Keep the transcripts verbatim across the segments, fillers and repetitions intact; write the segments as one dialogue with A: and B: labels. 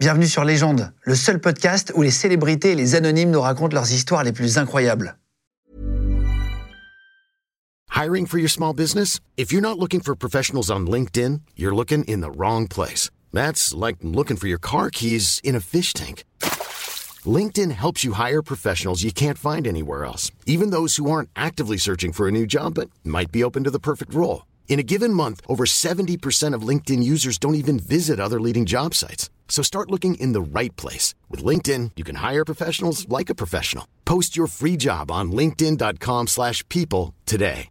A: Bienvenue sur Légende, le seul podcast où les célébrités et les anonymes nous racontent leurs histoires les plus incroyables.
B: Hiring for your small business? If you're not looking for professionals on LinkedIn, you're looking in the wrong place. That's like looking for your car keys in a fish tank. LinkedIn helps you hire professionals you can't find anywhere else, even those who aren't actively searching for a new job but might be open to the perfect role. In a given month, over seventy percent of LinkedIn users don't even visit other leading job sites. So start looking in the right place. With LinkedIn, you can hire professionals like a professional. Post your free job on linkedin.com slash people today.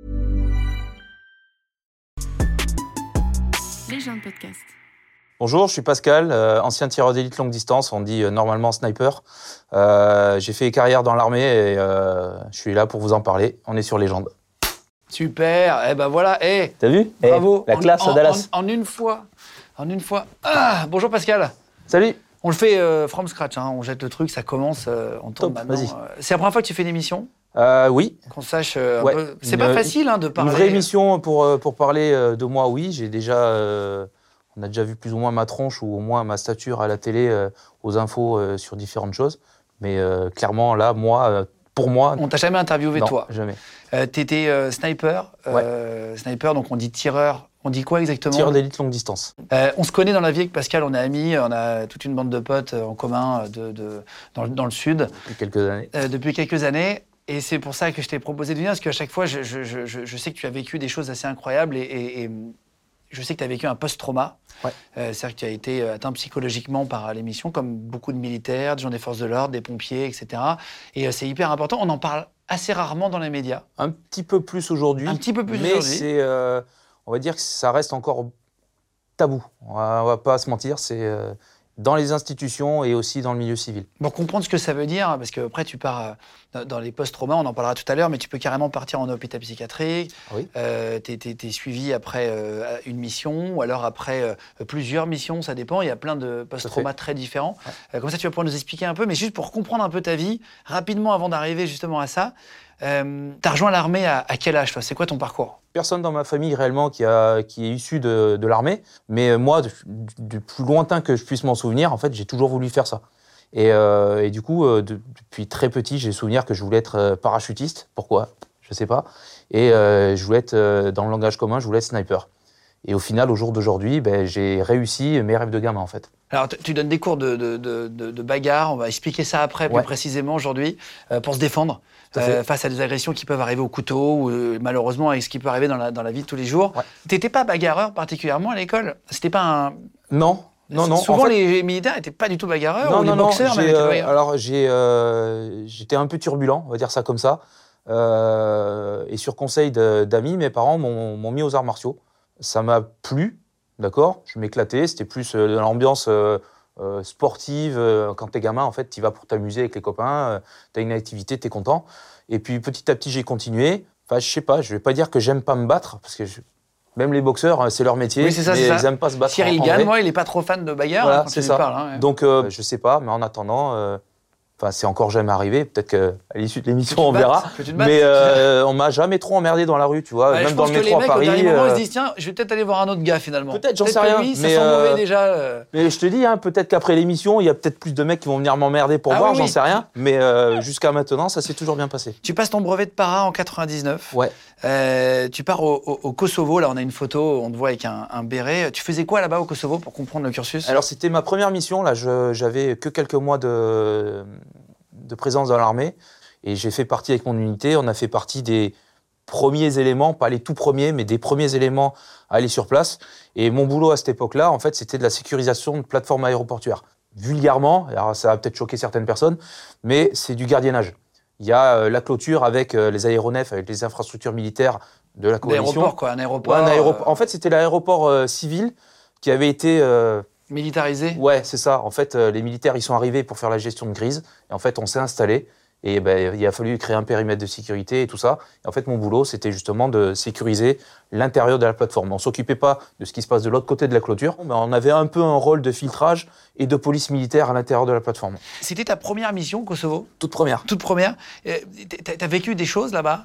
C: Légende podcast.
D: Bonjour, je suis Pascal, euh, ancien tireur d'élite longue distance, on dit euh, normalement sniper. Euh, j'ai fait carrière dans l'armée et euh, je suis là pour vous en parler. On est sur Légende.
E: Super, eh ben voilà, eh,
D: T'as vu?
E: bravo,
D: Eh, la classe
E: en,
D: à Dallas.
E: En, en, en une fois, en une fois. Ah, bonjour Pascal.
D: Salut.
E: On le fait euh, from scratch, hein, on jette le truc, ça commence, euh, on tourne
D: Top,
E: maintenant.
D: vas-y.
E: Euh, c'est la première fois que tu fais une émission,
D: Euh, oui.
E: qu'on sache euh, un
D: Ouais.
E: peu. C'est
D: Une-
E: pas facile hein, de
D: Une
E: parler.
D: vraie émission pour, euh, pour parler euh, de moi, oui. J'ai déjà, euh, on a déjà vu plus ou moins ma tronche ou au moins ma stature à la télé, euh, aux infos euh, sur différentes choses. Mais euh, clairement, là, moi, euh, pour moi,
E: On t'a jamais interviewé
D: non,
E: toi.
D: jamais.
E: Euh, T'étais euh, sniper, euh, sniper, donc on dit tireur. On dit quoi exactement?
D: Tireur d'élite longue distance.
E: Euh, on se connaît dans la vie avec Pascal, on est amis, on a toute une bande de potes euh, en commun euh, de, de, dans, le- dans le sud.
D: Depuis quelques années.
E: Euh, depuis quelques années. Et c'est pour ça que je t'ai proposé de venir, parce qu'à chaque fois, je, je, je, je sais que tu as vécu des choses assez incroyables et, et, et je sais que tu as vécu un post-trauma.
D: Ouais.
E: Euh, c'est-à-dire que tu as été atteint psychologiquement par l'émission, comme beaucoup de militaires, des gens des forces de l'ordre, des pompiers, et cetera. Et euh, c'est hyper important. On en parle assez rarement dans les médias.
D: Un petit peu plus aujourd'hui.
E: Un petit peu plus
D: mais
E: aujourd'hui.
D: c'est, euh, on va dire que ça reste encore tabou. On va, on va pas se mentir, c'est euh, dans les institutions et aussi dans le milieu civil.
E: Pour comprendre ce que ça veut dire, parce qu'après tu pars euh, dans- dans les post-traumas, on en parlera tout à l'heure, mais tu peux carrément partir en hôpital psychiatrique.
D: Oui.
E: Euh, t'es, t'es- t'es suivi après euh, une mission, ou alors après euh, plusieurs missions, ça dépend. Il y a plein de post-traumas très différents.
D: Ouais.
E: Euh, comme ça, tu vas pouvoir nous expliquer un peu, mais juste pour comprendre un peu ta vie, rapidement avant d'arriver justement à ça. Euh, t'as rejoint l'armée à, à quel âge, toi? C'est quoi ton parcours?
D: Personne dans ma famille réellement qui, a, qui est issu de, de l'armée, mais moi, du, du plus lointain que je puisse m'en souvenir, en fait, j'ai toujours voulu faire ça. Et, euh, et du coup, euh, de- depuis très petit, j'ai souvenir que je voulais être euh, parachutiste. Pourquoi? Je sais pas. Et euh, je voulais être, euh, dans le langage commun, je voulais être sniper. Et au final, au jour d'aujourd'hui, ben, j'ai réussi mes rêves de gamin, en fait.
E: Alors, t- tu donnes des cours de, de, de, de- de bagarre, on va expliquer ça après plus
D: Ouais.
E: précisément aujourd'hui, euh, pour se défendre
D: Tout à fait.
E: euh, face à des agressions qui peuvent arriver au couteau ou euh, malheureusement avec ce qui peut arriver dans la, dans la vie de tous les jours.
D: Ouais.
E: T'étais pas bagarreur particulièrement à l'école? C'était pas un...
D: Non, non, non.
E: Souvent
D: en fait,
E: les militaires étaient pas du tout bagarreurs
D: non,
E: ou les
D: non, non,
E: boxeurs même
D: j'ai,
E: étaient
D: euh,
E: bagarreurs.
D: alors j'ai, euh, j'étais un peu turbulent, on va dire ça comme ça. Euh, et sur conseil de- d'amis, mes parents m'ont, m'ont mis aux arts martiaux. Ça m'a plu, d'accord. Je m'éclatais. C'était plus euh, de l'ambiance euh, euh, sportive. Euh, Quand t'es gamin, en fait, t'y vas pour t'amuser avec les copains. Euh, t'as une activité, t'es content. Et puis petit à petit, j'ai continué. Enfin, je sais pas. Je vais pas dire que j'aime pas me battre parce que je- même les boxeurs, euh, c'est leur métier.
E: Oui, c'est ça,
D: mais
E: c'est ça.
D: ils aiment pas se battre.
E: Cyril
D: en- en
E: Gann,
D: vrai.
E: moi, il est pas trop fan de bagarre
D: Voilà,
E: hein, quand
D: c'est
E: tu lui
D: ça.
E: parles. hein.
D: Donc, euh, je sais pas, mais en attendant, euh, enfin, c'est encore jamais arrivé. Peut-être qu'à l'issue de l'émission,
E: Que tu
D: on
E: te
D: verra.
E: battes, que tu te battes.
D: Mais euh, on m'a jamais trop emmerdé dans la rue, tu vois.
E: Ouais,
D: Même
E: je
D: dans
E: pense
D: le
E: que
D: métro
E: les
D: à
E: mecs, au dernier
D: Paris.
E: moment, ils
D: euh,
E: se disent tiens, je vais peut-être aller voir un autre gars finalement.
D: Peut-être, j'en sais
E: que
D: rien,
E: lui, ça
D: mais,
E: s'en
D: euh,
E: mauvais déjà. euh.
D: Mais je te dis, hein, peut-être qu'après l'émission, il y a peut-être plus de mecs qui vont venir m'emmerder pour
E: Ah
D: voir,
E: oui,
D: j'en
E: oui.
D: sais rien. Mais euh, jusqu'à maintenant, ça s'est toujours bien passé.
E: Tu passes ton brevet de para en quatre-vingt-dix-neuf.
D: Ouais.
E: Euh, tu pars au, au- au Kosovo. Là, on a une photo, on te voit avec un, un béret. Tu faisais quoi là-bas au Kosovo pour comprendre le cursus?
D: Alors, c'était ma première mission. Là, je, j'avais que quelques mois de, de présence dans l'armée. Et j'ai fait partie avec mon unité. On a fait partie des premiers éléments, pas les tout premiers, mais des premiers éléments à aller sur place. Et mon boulot à cette époque-là, en fait, c'était de la sécurisation de plateformes aéroportuaires. Vulgairement, alors ça va peut-être choquer certaines personnes, mais c'est du gardiennage. Il y a euh, la clôture avec euh, les aéronefs, avec les infrastructures militaires de la coalition.
E: L'aéroport, quoi, un aéroport,
D: Ouais, un aéroport.
E: euh,
D: En fait, c'était l'aéroport euh, civil qui avait été... euh,
E: militarisé.
D: Ouais, c'est ça. En fait, euh, les militaires, ils sont arrivés pour faire la gestion de crise. Et en fait, on s'est installé. Et ben, il a fallu créer un périmètre de sécurité et tout ça. Et en fait, mon boulot, c'était justement de sécuriser l'intérieur de la plateforme. On ne s'occupait pas de ce qui se passe de l'autre côté de la clôture. Mais on avait un peu un rôle de filtrage et de police militaire à l'intérieur de la plateforme.
E: C'était ta première mission au Kosovo?
D: Toute première.
E: Toute première. Euh, t'as- T'as vécu des choses là-bas?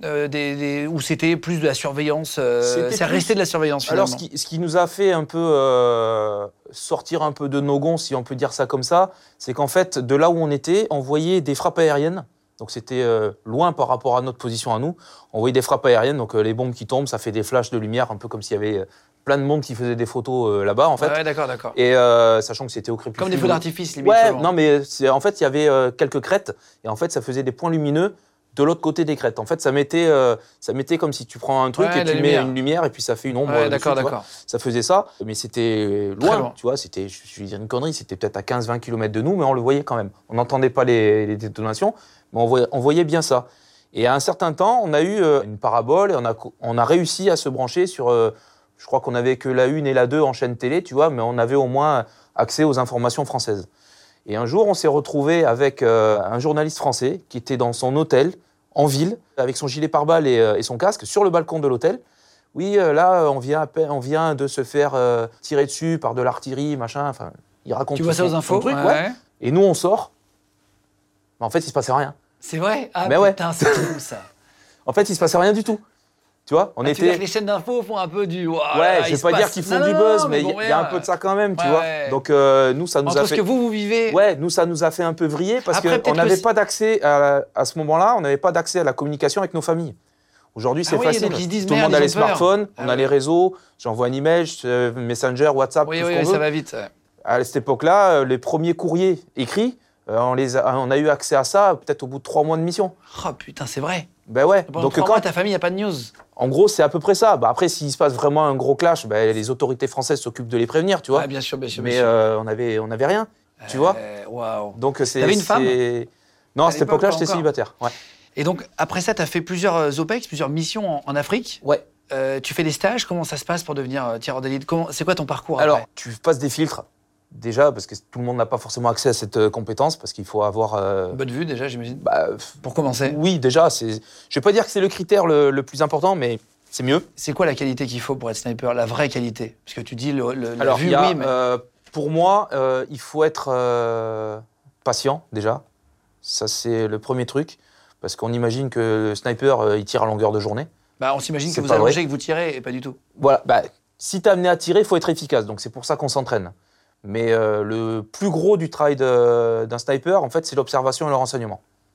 E: euh, des, des, ou c'était plus de la surveillance euh, C'est plus... resté de la surveillance finalement.
D: Alors, ce qui, ce qui nous a fait un peu euh, sortir un peu de nos gonds, si on peut dire ça comme ça, c'est qu'en fait, de là où on était, on voyait des frappes aériennes. Donc, c'était euh, loin par rapport à notre position à nous. On voyait des frappes aériennes, donc euh, les bombes qui tombent, ça fait des flashs de lumière, un peu comme s'il y avait plein de monde qui faisait des photos euh, là-bas, en fait.
E: Ouais, d'accord, d'accord.
D: Et euh, sachant que c'était au crépuscule.
E: Comme des feux d'artifice, limite.
D: Ouais, non, mais c'est, en fait, il y avait euh, quelques crêtes, et en fait, ça faisait des points lumineux de l'autre côté des crêtes. En fait, ça mettait, euh, ça mettait comme si tu prends un truc
E: ouais,
D: et tu
E: lumière.
D: mets une lumière, et puis ça fait une ombre.
E: Ouais,
D: dessus,
E: d'accord, d'accord.
D: Ça faisait ça, mais c'était loin, loin, tu vois, c'était, je vais dire une connerie, c'était peut-être à quinze vingt kilomètres de nous, mais on le voyait quand même. On n'entendait pas les, les détonations, mais on voyait, on voyait bien ça. Et à un certain temps, on a eu euh, une parabole, et on a, on a réussi à se brancher sur... Euh, je crois qu'on n'avait que la une et la deux en chaîne télé, tu vois, mais on avait au moins accès aux informations françaises. Et un jour, on s'est retrouvé avec euh, un journaliste français qui était dans son hôtel, en ville, avec son gilet pare-balles et, euh, et son casque, sur le balcon de l'hôtel. Oui, euh, là, on vient, on vient de se faire euh, tirer dessus par de l'artillerie, machin. Enfin, il raconte.
E: Tu vois ça aux infos,
D: truc,
E: ouais.
D: ouais. Et nous, on sort. Mais en fait, il se passait rien.
E: C'est vrai. Ah
D: mais
E: putain,
D: ouais.
E: c'est fou ça.
D: En fait, il se passait rien du tout. Tu vois, on
E: ah,
D: était.
E: Tu veux dire que les chaînes d'infos font un peu du. Wow,
D: ouais,
E: là,
D: je vais pas
E: passe...
D: dire qu'ils font
E: non,
D: du
E: non,
D: buzz,
E: non,
D: mais il
E: bon,
D: y, y a un peu de ça quand même, tu
E: ouais,
D: vois.
E: Ouais.
D: Donc euh, nous, ça nous
E: Entre
D: a
E: ce
D: fait.
E: que vous vous vivez.
D: Ouais, nous ça nous a fait un peu vriller parce
E: Après,
D: qu'on n'avait
E: que
D: pas d'accès à, à ce moment-là, on n'avait pas d'accès à la communication avec nos familles. Aujourd'hui, c'est
E: ah oui,
D: facile.
E: donc ils se disent,
D: Tout le
E: merde,
D: monde a les
E: ils ont peur.
D: smartphones,
E: ah
D: on
E: ouais.
D: a les réseaux. J'envoie un email, euh, Messenger, WhatsApp,
E: oui,
D: tout
E: oui,
D: ce qu'on
E: oui,
D: veut.
E: ça va vite. Ouais.
D: À cette époque-là, euh, les premiers courriers écrits, euh, on, les a, on a eu accès à ça peut-être au bout de trois mois de mission.
E: Oh putain, c'est vrai.
D: Ben ouais.
E: Pendant
D: donc
E: trois
D: quand
E: mois, ta famille, il n'y a pas de news.
D: En gros, c'est à peu près ça. Bah, après, s'il se passe vraiment un gros clash, bah, les autorités françaises s'occupent de les prévenir, tu vois.
E: Ah, bien sûr, bien sûr.
D: Mais
E: bien sûr.
D: Euh, on avait, on avait rien, tu euh, vois.
E: Waouh.
D: Donc c'est.
E: T'avais une femme ?
D: Non, à cette époque-là, j'étais célibataire. Ouais.
E: Et donc après ça, tu as fait plusieurs O P E X, plusieurs missions en, en Afrique.
D: Ouais.
E: Euh, tu fais des stages. Comment ça se passe pour devenir euh, tireur d'élite ? Comment, c'est quoi ton parcours
D: Alors,
E: après ?
D: tu passes des filtres. Déjà, parce que tout le monde n'a pas forcément accès à cette euh, compétence, parce qu'il faut avoir... Euh,
E: bonne vue, déjà, j'imagine.
D: Bah,
E: pour commencer.
D: Oui, déjà. C'est... Je ne vais pas dire que c'est le critère le, le plus important, mais c'est mieux.
E: C'est quoi la qualité qu'il faut pour être sniper, la vraie qualité ? Parce que tu dis le, le, la
D: Alors,
E: vue,
D: y a,
E: oui, mais...
D: Euh, pour moi, euh, il faut être euh, patient, déjà. Ça, c'est le premier truc. Parce qu'on imagine que le sniper, euh, il tire à longueur de journée.
E: Bah, on s'imagine
D: c'est
E: que vous allongez, que vous tirez, et pas du tout.
D: Voilà. Bah, si tu es amené à tirer, il faut être efficace. Donc, c'est pour ça qu'on s'entraîne. Mais euh, le plus gros du travail de, d'un sniper, en fait, c'est l'observation et le renseignement.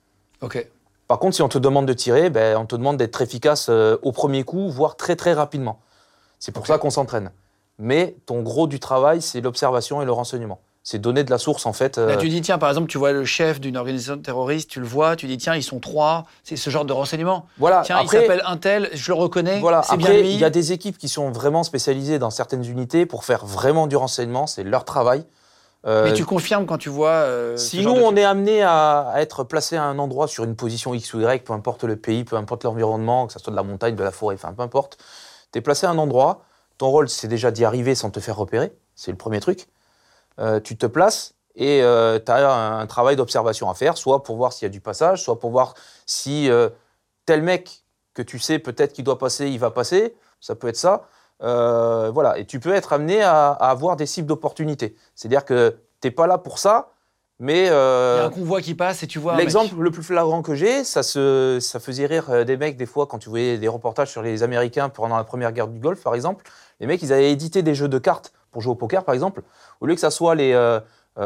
E: Ok.
D: Par contre, si on te demande de tirer, ben, on te demande d'être efficace euh, au premier coup, voire très très rapidement. C'est pour okay. ça qu'on s'entraîne. Mais ton gros du travail, c'est l'observation et le renseignement. C'est donner de la source, en fait. Euh...
E: Là, tu dis, tiens, par exemple, tu vois le chef d'une organisation terroriste, tu le vois, tu dis, tiens, ils sont trois, c'est ce genre de renseignement.
D: Voilà.
E: Tiens,
D: après,
E: il s'appelle un tel, je le reconnais,
D: voilà.
E: c'est
D: après,
E: bien lui.
D: Il y a des équipes qui sont vraiment spécialisées dans certaines unités pour faire vraiment du renseignement, c'est leur travail.
E: Euh, Mais tu confirmes quand tu vois... Euh,
D: si nous, on est amené à, à être placé à un endroit sur une position X ou Y, peu importe le pays, peu importe l'environnement, que ce soit de la montagne, de la forêt, enfin, peu importe, tu es placé à un endroit, ton rôle, c'est déjà d'y arriver sans te faire repérer, c'est le premier truc. Euh, tu te places et euh, tu as un, un travail d'observation à faire, soit pour voir s'il y a du passage, soit pour voir si euh, tel mec que tu sais peut-être qu'il doit passer, il va passer, ça peut être ça. Euh, voilà, et tu peux être amené à, à avoir des cibles d'opportunité. C'est-à-dire que tu n'es pas là pour ça, mais... Euh,
E: il y a un convoi qui passe et tu vois
D: l'exemple le plus flagrant que j'ai, ça, se, ça faisait rire des mecs des fois quand tu voyais des reportages sur les Américains pendant la première guerre du Golfe, par exemple. Les mecs, ils avaient édité des jeux de cartes pour jouer au poker, par exemple. Au lieu que ça soit les, euh,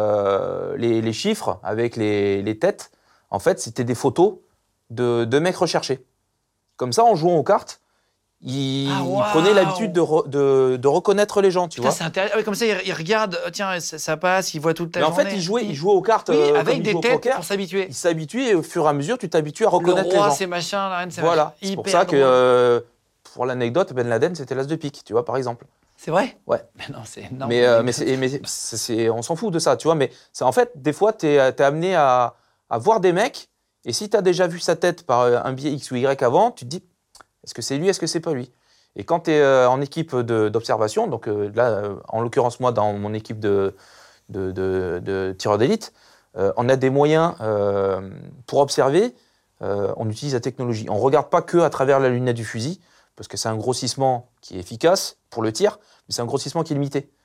D: euh, les, les chiffres avec les, les têtes, en fait, c'était des photos de, de mecs recherchés. Comme ça, en jouant aux cartes, il,
E: ah, wow.
D: il prenait l'habitude de, re, de, de reconnaître les gens, tu
E: Putain,
D: vois.
E: C'est intéressant. Ouais, comme ça, il, il regarde, tiens, ça, ça passe, il voit toute ta
D: Mais
E: journée.
D: en fait, il jouait, il jouait aux cartes
E: oui,
D: euh,
E: avec des têtes
D: poker,
E: pour s'habituer.
D: Il s'habitue et au fur et à mesure, tu t'habitues à reconnaître
E: le roi,
D: les gens.
E: c'est machin, la reine, c'est
D: voilà.
E: machin.
D: C'est pour ça que, euh, pour l'anecdote, Ben Laden, c'était l'as de pique, tu vois, par exemple.
E: C'est vrai ?
D: Ouais.
E: Mais non, c'est énorme.
D: Mais, euh, mais, c'est, mais c'est, c'est, on s'en fout de ça, tu vois. Mais c'est, en fait, des fois, tu es amené à, à voir des mecs, et si tu as déjà vu sa tête par un biais X ou Y avant, tu te dis, est-ce que c'est lui, est-ce que c'est pas lui ? Et quand tu es euh, en équipe de, d'observation, donc euh, là, euh, en l'occurrence, moi, dans mon équipe de, de, de, de tireurs d'élite, euh, on a des moyens euh, pour observer, euh, on utilise la technologie. On ne regarde pas que à travers la lunette du fusil, parce que c'est un grossissement qui est efficace pour le tir, mais c'est un grossissement qui est limité.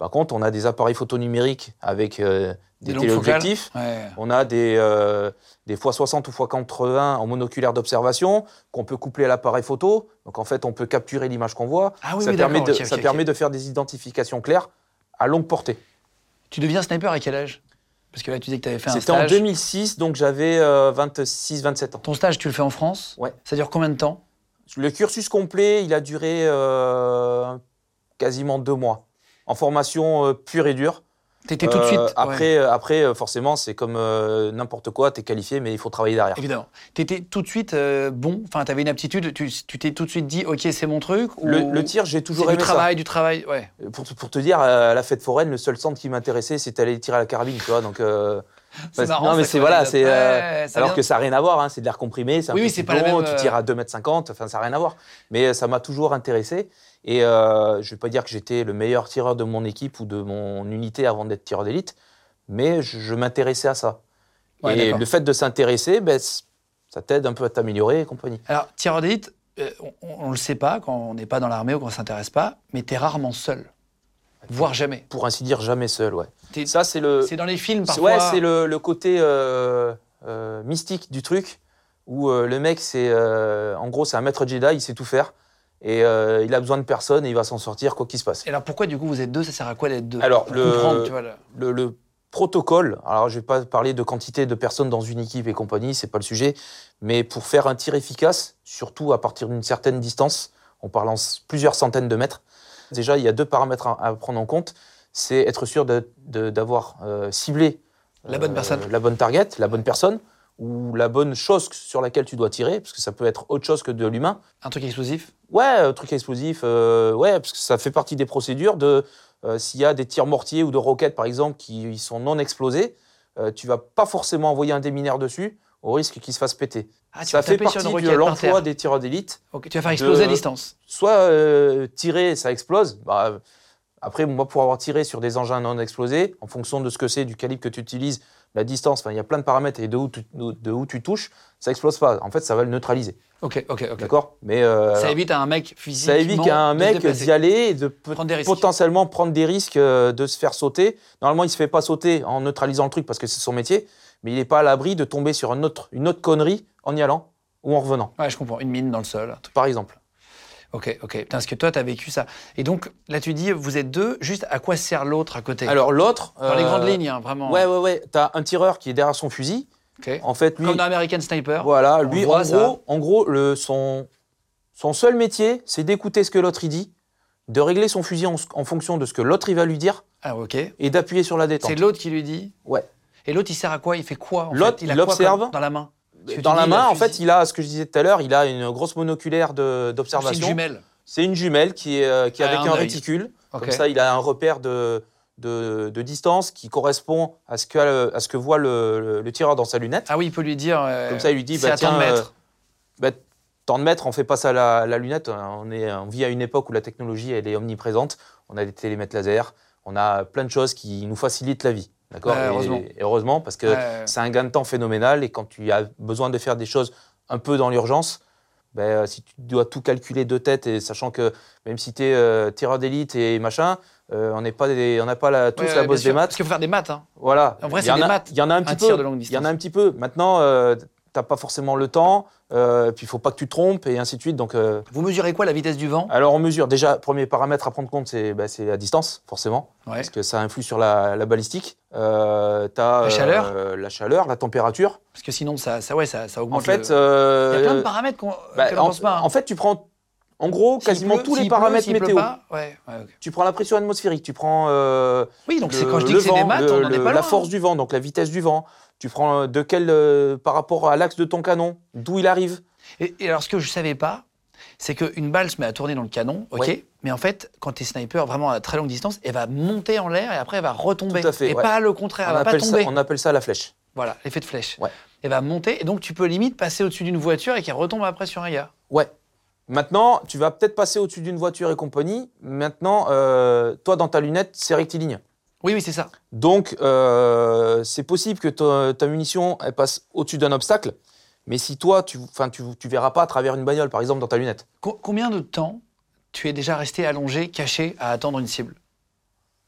D: Par contre, on a des appareils photo numériques avec euh, des,
E: Des longues
D: téléobjectifs.
E: focales. Ouais.
D: On a des, euh, des fois soixante ou fois quatre-vingts en monoculaire d'observation qu'on peut coupler à l'appareil photo. Donc en fait, on peut capturer l'image qu'on voit.
E: Ah oui,
D: ça
E: oui,
D: permet,
E: d'accord,
D: de,
E: ok,
D: ça
E: ok,
D: permet
E: ok.
D: de faire des identifications claires à longue portée.
E: Tu deviens sniper à quel âge? Parce que là, tu disais que tu avais fait un
D: C'était en
E: stage.
D: deux mille six, donc j'avais euh, vingt-six vingt-sept ans.
E: Ton stage, tu le fais en France?
D: Ouais.
E: Ça dure combien de temps?
D: Le cursus complet, il a duré euh, quasiment deux mois. En formation euh, pure et dure.
E: T'étais tout de suite.
D: Euh,
E: ouais.
D: après, euh, après euh, forcément, c'est comme euh, n'importe quoi, tu es qualifié, mais il faut travailler derrière.
E: Évidemment. T'étais tout de suite euh, bon. Enfin, t'avais une aptitude. Tu tu t'es tout de suite dit, ok, c'est mon truc. Ou...
D: Le, le tir, j'ai toujours
E: C'est
D: aimé
E: du travail, du travail. Ouais.
D: ça. Pour, te- pour te dire, à la fête foraine, le seul centre qui m'intéressait, c'était aller tirer à la carabine, tu vois. Donc, euh,
E: C'est
D: bah,
E: marrant,
D: non, mais
E: ça,
D: c'est
E: comme
D: voilà,
E: anecdote.
D: c'est euh,
E: Ouais, ça
D: alors
E: vient-
D: que ça n'a rien à voir. Hein, c'est de l'air comprimé, c'est un
E: Oui, oui,
D: petit
E: c'est pas la
D: plomb,
E: même,
D: tu
E: euh,
D: tires à deux mètres cinquante. Enfin, ça n'a rien à voir. Mais euh, ça m'a toujours intéressé. Et euh, je vais pas dire que j'étais le meilleur tireur de mon équipe ou de mon unité avant d'être tireur d'élite, mais je, je m'intéressais à ça.
E: Ouais,
D: et
E: d'accord.
D: le fait de s'intéresser, ben, c- ça t'aide un peu à t'améliorer et compagnie.
E: Alors, tireur d'élite, euh, on, on le sait pas quand on n'est pas dans l'armée ou qu'on s'intéresse pas, mais t'es rarement seul, voire jamais.
D: Pour ainsi dire, jamais seul, ouais.
E: T'es-
D: Ça, c'est le,
E: C'est dans les films
D: c'est-
E: parfois.
D: ouais, c'est le, le côté euh, euh, mystique du truc, où euh, le mec, c'est, euh, en gros, c'est un maître Jedi, il sait tout faire, et euh, il a besoin de personne, et il va s'en sortir, quoi qu'il se passe.
E: Et alors pourquoi du coup vous êtes deux? Ça sert à quoi d'être deux?
D: Alors,
E: Pour
D: le-
E: comprendre, tu vois, le-
D: Le, le protocole, alors je vais pas parler de quantité de personnes dans une équipe et compagnie, c'est pas le sujet, mais pour faire un tir efficace, surtout à partir d'une certaine distance, on parle en s- plusieurs centaines de mètres, déjà il y a deux paramètres à, à prendre en compte, c'est être sûr de- de- d'avoir euh, ciblé
E: La bonne personne.
D: la bonne target, la bonne personne, ou la bonne chose sur laquelle tu dois tirer, parce que ça peut être autre chose que de l'humain.
E: Un truc explosif?
D: Ouais, euh, truc explosif, euh, ouais, parce que ça fait partie des procédures de euh, s'il y a des tirs mortiers ou de roquettes par exemple qui sont non explosés, euh, tu vas pas forcément envoyer un démineur dessus au risque qu'il se fasse péter.
E: Ah, tu
D: ça
E: vas
D: fait
E: taper sur
D: partie
E: une
D: de
E: roquette par
D: l'emploi
E: terre.
D: des tireurs d'élite.
E: Ok, tu vas faire exploser
D: de-
E: à distance.
D: Soit euh, tirer, ça explose. Bah, après, moi, pour avoir tiré sur des engins non explosés, en fonction de ce que c'est, du calibre que tu utilises, la distance, enfin, il y a plein de paramètres et de où tu, de où tu touches, ça explose pas. En fait, ça va le neutraliser.
E: Ok, ok, ok.
D: D'accord. Mais euh,
E: Ça évite à un mec physiquement
D: ça évite à un
E: de se
D: mec
E: déplacer.
D: d'y aller et de peut-
E: Prendre des risques.
D: potentiellement prendre des risques euh, de se faire sauter. Normalement, il se fait pas sauter en neutralisant le truc parce que c'est son métier, mais il n'est pas à l'abri de tomber sur une autre, une autre connerie en y allant ou en revenant,
E: Ouais, je comprends. Une mine dans le sol. un truc.
D: par exemple.
E: Ok, ok. Putain, parce que toi, t'as vécu ça. Et donc, là, tu dis, vous êtes deux, juste à quoi sert l'autre à côté?
D: Alors l'autre,
E: Dans les
D: euh,
E: grandes lignes, hein, vraiment.
D: Ouais, ouais, ouais. T'as un tireur qui est derrière son fusil.
E: Ok.
D: En fait, lui,
E: Comme dans American Sniper.
D: voilà,
E: on
D: lui,
E: voit
D: en
E: ça.
D: gros, en gros, le, son, son seul métier, c'est d'écouter ce que l'autre il dit, de régler son fusil en, en fonction de ce que l'autre il va lui dire
E: Ah, ok.
D: et d'appuyer sur la détente.
E: C'est l'autre qui lui dit.
D: Ouais.
E: Et l'autre, il sert à quoi? Il fait quoi en
D: L'autre,
E: fait a
D: il
E: quoi
D: observe.
E: comme- dans la main? Parce que tu
D: Dans
E: dis,
D: la
E: il a
D: main,
E: le
D: en fait,
E: fusil.
D: il a ce que je disais tout à l'heure, il a une grosse monoculaire de-
E: C'est une
D: d'observation.
E: jumelle.
D: C'est une jumelle qui est, euh, qui est
E: Ah,
D: avec
E: un
D: un
E: œil.
D: réticule.
E: Ok.
D: Comme ça, il a un repère de, de, de distance qui correspond à ce que, à ce que voit le, le- le tireur dans sa lunette.
E: Ah oui, il peut lui dire. euh,
D: Comme ça, il lui dit,
E: c'est
D: bah,
E: à tant
D: tiens,
E: de mètres.
D: bah, tant de mètres, on fait pas ça à la, la lunette. On, est, on vit à une époque où la technologie elle est omniprésente. On a des télémètres laser, on a plein de choses qui nous facilitent la vie. D'accord.
E: Ouais,
D: Et-
E: heureusement.
D: Et, heureusement, parce que
E: Ouais.
D: c'est un gain de temps phénoménal. Et quand tu as besoin de faire des choses un peu dans l'urgence, ben, si tu dois tout calculer de tête, et sachant que même si tu es tireur d'élite et machin, euh, on n'est pas des- on n'a pas la, tous
E: Ouais,
D: la
E: bien
D: bosse
E: sûr.
D: des maths.
E: Parce qu'il faut faire des maths. Hein.
D: Voilà.
E: En vrai,
D: Il y
E: c'est
D: en
E: des
D: a-
E: maths,
D: Il y en a un
E: un
D: petit
E: tir
D: peu.
E: de longue
D: Il y en
E: distance.
D: a un petit peu. Maintenant, euh, t'as pas forcément le temps. Euh, puis il faut pas que tu te trompes et ainsi de suite. Donc, euh,
E: Vous mesurez quoi, la vitesse du vent?
D: alors on mesure. Déjà, premier paramètre à prendre compte, c'est bah, c'est la distance, forcément,
E: Ouais.
D: parce que ça influe sur la, la balistique. Euh, t'as,
E: La chaleur
D: euh, la chaleur, la température.
E: Parce que sinon, ça, ça, ouais, ça, ça augmente.
D: En fait,
E: le-
D: euh,
E: il y a plein de paramètres qu'on
D: bah,
E: auxquels on
D: en,
E: pense pas. hein.
D: en fait, tu prends, en gros,
E: S'il
D: quasiment
E: pleut,
D: tous les
E: s'il pleut,
D: paramètres
E: s'il pleut
D: météo.
E: pas, ouais, ouais, ok.
D: Tu prends la pression atmosphérique, tu prends euh,
E: Oui, donc c'est
D: le-
E: quand je dis
D: le
E: que c'est des
D: vent,
E: maths,
D: le-
E: on en est
D: le-
E: pas
D: la
E: loin.
D: force du vent, donc la vitesse du vent. Tu prends euh, de quel, euh, par rapport à l'axe de ton canon, d'où il arrive.
E: Et, et alors, ce que je savais pas, c'est qu'une balle se met à tourner dans le canon, ok,
D: Ouais.
E: mais en fait, quand tu es sniper vraiment à très longue distance, elle va monter en l'air et après elle va retomber.
D: Tout à fait,
E: et
D: ouais.
E: pas le contraire, elle
D: On
E: va pas
D: appelle, ça,
E: tomber.
D: on appelle ça la flèche.
E: Voilà, l'effet de flèche.
D: Ouais.
E: Elle va monter et donc tu peux limite passer au-dessus d'une voiture et qu'elle retombe après sur un gars.
D: Ouais. Maintenant, tu vas peut-être passer au-dessus d'une voiture et compagnie. Maintenant, euh, toi, dans ta lunette, c'est rectiligne.
E: Oui, oui, c'est ça.
D: Donc, euh, c'est possible que ta, ta munition elle passe au-dessus d'un obstacle. Mais si toi, tu ne tu, tu verras pas à travers une bagnole, par exemple, dans ta lunette.
E: Co- combien de temps tu es déjà resté allongé, caché, à attendre une cible?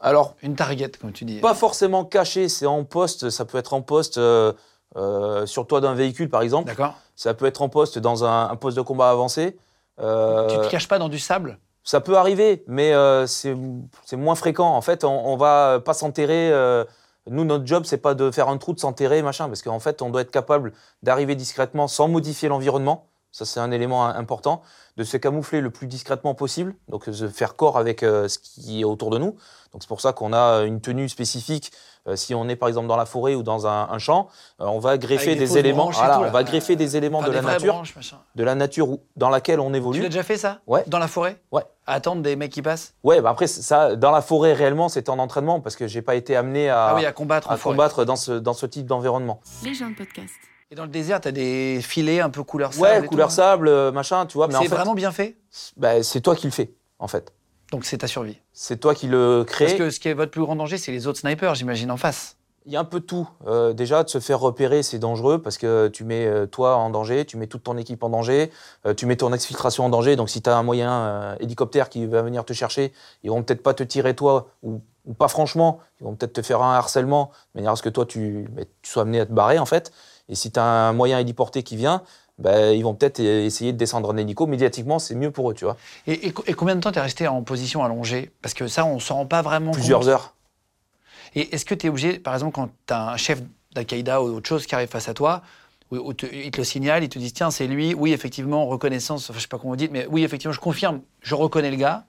D: Alors,
E: une target, comme tu dis.
D: Pas forcément caché, c'est en poste. Ça peut être en poste euh, euh, sur le toit d'un véhicule, par exemple.
E: D'accord.
D: Ça peut être en poste dans un, un poste de combat avancé.
E: Euh, tu te caches pas dans du sable?
D: Ça peut arriver, mais euh, c'est, c'est moins fréquent. En fait, on, on va pas s'enterrer. Euh, nous, notre job, c'est pas de faire un trou, de s'enterrer, machin, parce qu'en fait, on doit être capable d'arriver discrètement sans modifier l'environnement. Ça, c'est un élément important. De se camoufler le plus discrètement possible, donc de faire corps avec euh, ce qui est autour de nous. Donc c'est pour ça qu'on a une tenue spécifique. Euh, si on est par exemple dans la forêt ou dans un, un champ, euh, on va greffer
E: avec des,
D: des éléments. Voilà,
E: tout,
D: on va greffer des éléments
E: enfin,
D: de
E: des
D: la nature,
E: branches,
D: de la nature où, dans laquelle on évolue.
E: Tu l'as déjà fait ça?
D: Ouais.
E: Dans la forêt?
D: Ouais.
E: À attendre des mecs qui passent?
D: Ouais, bah après ça, dans la forêt réellement, c'était en entraînement parce que j'ai pas été amené à,
E: ah oui, à combattre,
D: à
E: en forêt.
D: combattre dans ce dans ce type d'environnement.
C: Les gens de podcast.
E: Et dans le désert, tu as des filets un peu couleur sable.
D: Ouais,
E: et
D: couleur
E: tout,
D: sable, euh, machin, tu vois.
E: Mais
D: mais
E: c'est
D: en fait,
E: vraiment bien fait?
D: bah, c'est toi qui le fais, en fait.
E: Donc c'est ta survie.
D: C'est toi qui le crée.
E: Parce que ce qui est votre plus grand danger, c'est les autres snipers, j'imagine, en face.
D: Il y a un peu de tout. Euh, déjà, de se faire repérer, c'est dangereux parce que tu mets euh, toi en danger, tu mets toute ton équipe en danger, euh, tu mets ton exfiltration en danger. Donc, si tu as un moyen euh, hélicoptère qui va venir te chercher, ils vont peut-être pas te tirer toi ou, ou pas franchement. Ils vont peut-être te faire un harcèlement de manière à ce que toi, tu, bah, tu sois amené à te barrer, en fait. Et si tu as un moyen héliporté qui vient, bah, ils vont peut-être essayer de descendre en hélico. Médiatiquement, c'est mieux pour eux, tu vois.
E: Et, et, et combien de temps tu es resté en position allongée? Parce que ça, on ne s'en rend pas vraiment
D: Plusieurs
E: compte.
D: heures.
E: Et est-ce que tu es obligé, par exemple, quand tu as un chef d'Al-Qaïda ou autre chose qui arrive face à toi, où, où te, il te le signale, il te dit tiens, c'est lui, oui, effectivement, reconnaissance, enfin, je sais pas comment vous dites, mais oui, effectivement, je confirme, je reconnais le gars,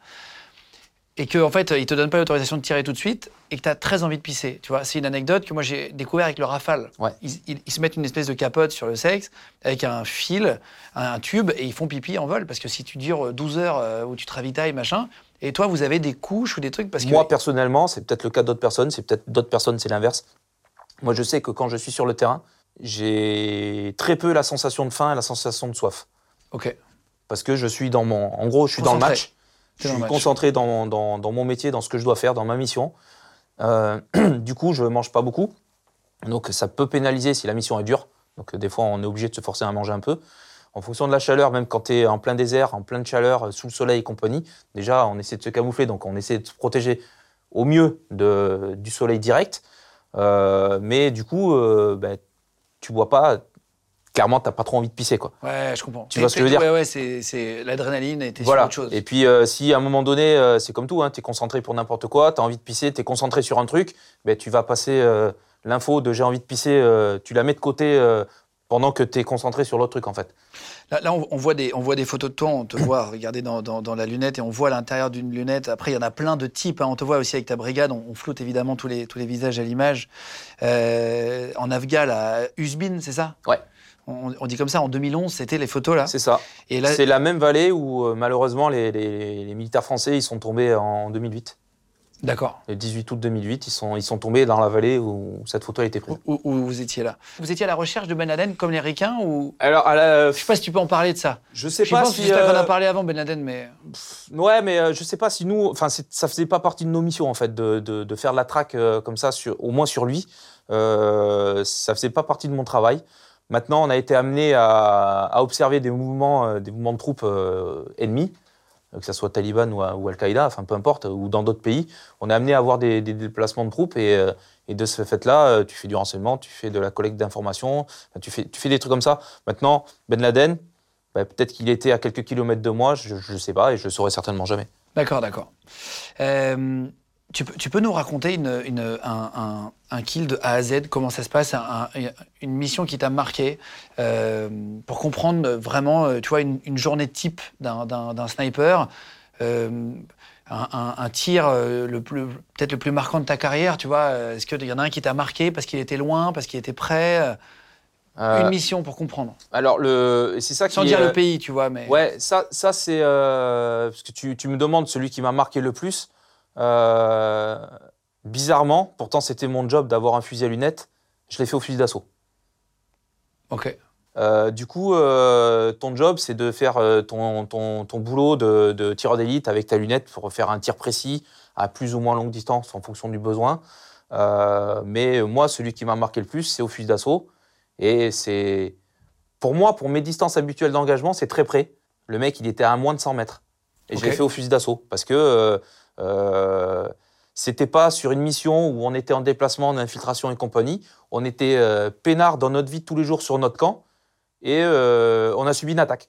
E: et qu'en en fait, il te donne pas l'autorisation de tirer tout de suite, et que tu as très envie de pisser. Tu vois, c'est une anecdote que moi j'ai découvert avec le Rafale.
D: Ouais.
E: Ils, ils, ils se mettent une espèce de capote sur le sexe, avec un fil, un, un tube, et ils font pipi en vol, parce que si tu dures douze heures euh, où tu te ravitailles, machin, et toi, vous avez des couches ou des trucs parce que...
D: Moi, personnellement, c'est peut-être le cas d'autres personnes, c'est peut-être d'autres personnes, c'est l'inverse. Moi, je sais que quand je suis sur le terrain, j'ai très peu la sensation de faim et la sensation de soif.
E: Ok.
D: Parce que je suis dans mon... En gros, je suis
E: Concentré.
D: dans le match.
E: T'es
D: Je
E: dans
D: suis
E: le match.
D: concentré dans, dans, dans mon métier, dans ce que je dois faire, dans ma mission. Euh, du coup, je ne mange pas beaucoup. Donc, ça peut pénaliser si la mission est dure. Donc, des fois, on est obligé de se forcer à manger un peu. En fonction de la chaleur, même quand tu es en plein désert, en pleine chaleur, sous le soleil et compagnie, déjà, on essaie de se camoufler, donc on essaie de se protéger au mieux de, du soleil direct. Euh, mais du coup, euh, ben, tu bois pas, clairement, tu n'as pas trop envie de pisser, quoi.
E: Ouais, je comprends.
D: Tu vois ce que je veux dire?
E: Ouais, ouais, c'est, c'est l'adrénaline et t'es
D: Voilà.
E: sur autre chose.
D: Et puis, euh, si à un moment donné, euh, c'est comme tout, hein, tu es concentré pour n'importe quoi, tu as envie de pisser, tu es concentré sur un truc, ben, tu vas passer euh, l'info de j'ai envie de pisser, euh, tu la mets de côté euh, pendant que tu es concentré sur l'autre truc, en fait.
E: Là, là on, on, voit des, on voit des photos de toi, on te voit regarder dans, dans, dans la lunette et on voit l'intérieur d'une lunette. Après, il y en a plein de types. Hein. On te voit aussi avec ta brigade, on, on floute évidemment tous les, tous les visages à l'image. Euh, en Afghan, à Uzbin, c'est ça?
D: Ouais.
E: On, on dit comme ça, en deux mille onze, c'était les photos là.
D: C'est ça.
E: Et là,
D: c'est la même vallée où, euh, malheureusement, les, les, les militaires français ils sont tombés en deux mille huit.
E: D'accord.
D: Le dix-huit août deux mille huit, ils sont, ils sont tombés dans la vallée où cette photo a été prise.
E: Où, où vous étiez là. Vous étiez à la recherche de Ben Laden comme les ricains ou...
D: Alors, à la...
E: Je sais pas si tu peux en parler de ça.
D: Je sais
E: Je
D: pas
E: pense
D: si...
E: que j'espère
D: euh...
E: qu'on a parlé avant Ben Laden, mais...
D: Ouais, mais euh, je sais pas si nous... Enfin, c'est, ça faisait pas partie de nos missions, en fait, de, de, de faire de la traque euh, comme ça, sur, au moins sur lui. Euh, ça faisait pas partie de mon travail. Maintenant, on a été amené à, à observer des mouvements, euh, des mouvements de troupes euh, ennemis, que ce soit Taliban ou, ou Al-Qaïda, enfin peu importe, ou dans d'autres pays. On est amené à avoir des, des déplacements de troupes et, euh, et de ce fait-là, tu fais du renseignement, tu fais de la collecte d'informations, tu fais, tu fais des trucs comme ça. Maintenant, Ben Laden, bah, peut-être qu'il était à quelques kilomètres de moi, je ne sais pas et je le saurai certainement jamais.
E: D'accord, d'accord. Euh, tu, peux, tu peux nous raconter une, une, un, un, un kill de A à Z, comment ça se passe, un, un, une mission qui t'a marqué, euh, pour comprendre vraiment, tu vois, une, une journée type d'un, d'un, d'un sniper, euh, un, un, un tir euh, le plus, peut-être le plus marquant de ta carrière, tu vois. Est-ce qu'il y en a un qui t'a marqué parce qu'il était loin, parce qu'il était prêt? Euh, Une mission pour comprendre.
D: Alors, le, c'est ça
E: Sans
D: qui
E: dire
D: est,
E: le pays, tu vois. Mais...
D: Ouais, ça, ça c'est... Euh, parce que tu, tu me demandes celui qui m'a marqué le plus. Euh, bizarrement, pourtant c'était mon job d'avoir un fusil à lunettes, je l'ai fait au fusil d'assaut.
E: Ok.
D: Euh, du coup, euh, ton job, c'est de faire euh, ton, ton, ton boulot de, de tireur d'élite avec ta lunette pour faire un tir précis à plus ou moins longue distance en fonction du besoin. Euh, mais moi, celui qui m'a marqué le plus, c'est au fusil d'assaut. Et c'est, pour moi, pour mes distances habituelles d'engagement, c'est très près. Le mec, il était à moins de cent mètres. Et
E: Okay.
D: je l'ai fait au fusil d'assaut. Parce que euh, euh, C'était pas sur une mission où on était en déplacement, en infiltration et compagnie. On était euh, peinards dans notre vie de tous les jours sur notre camp et euh, on a subi une attaque.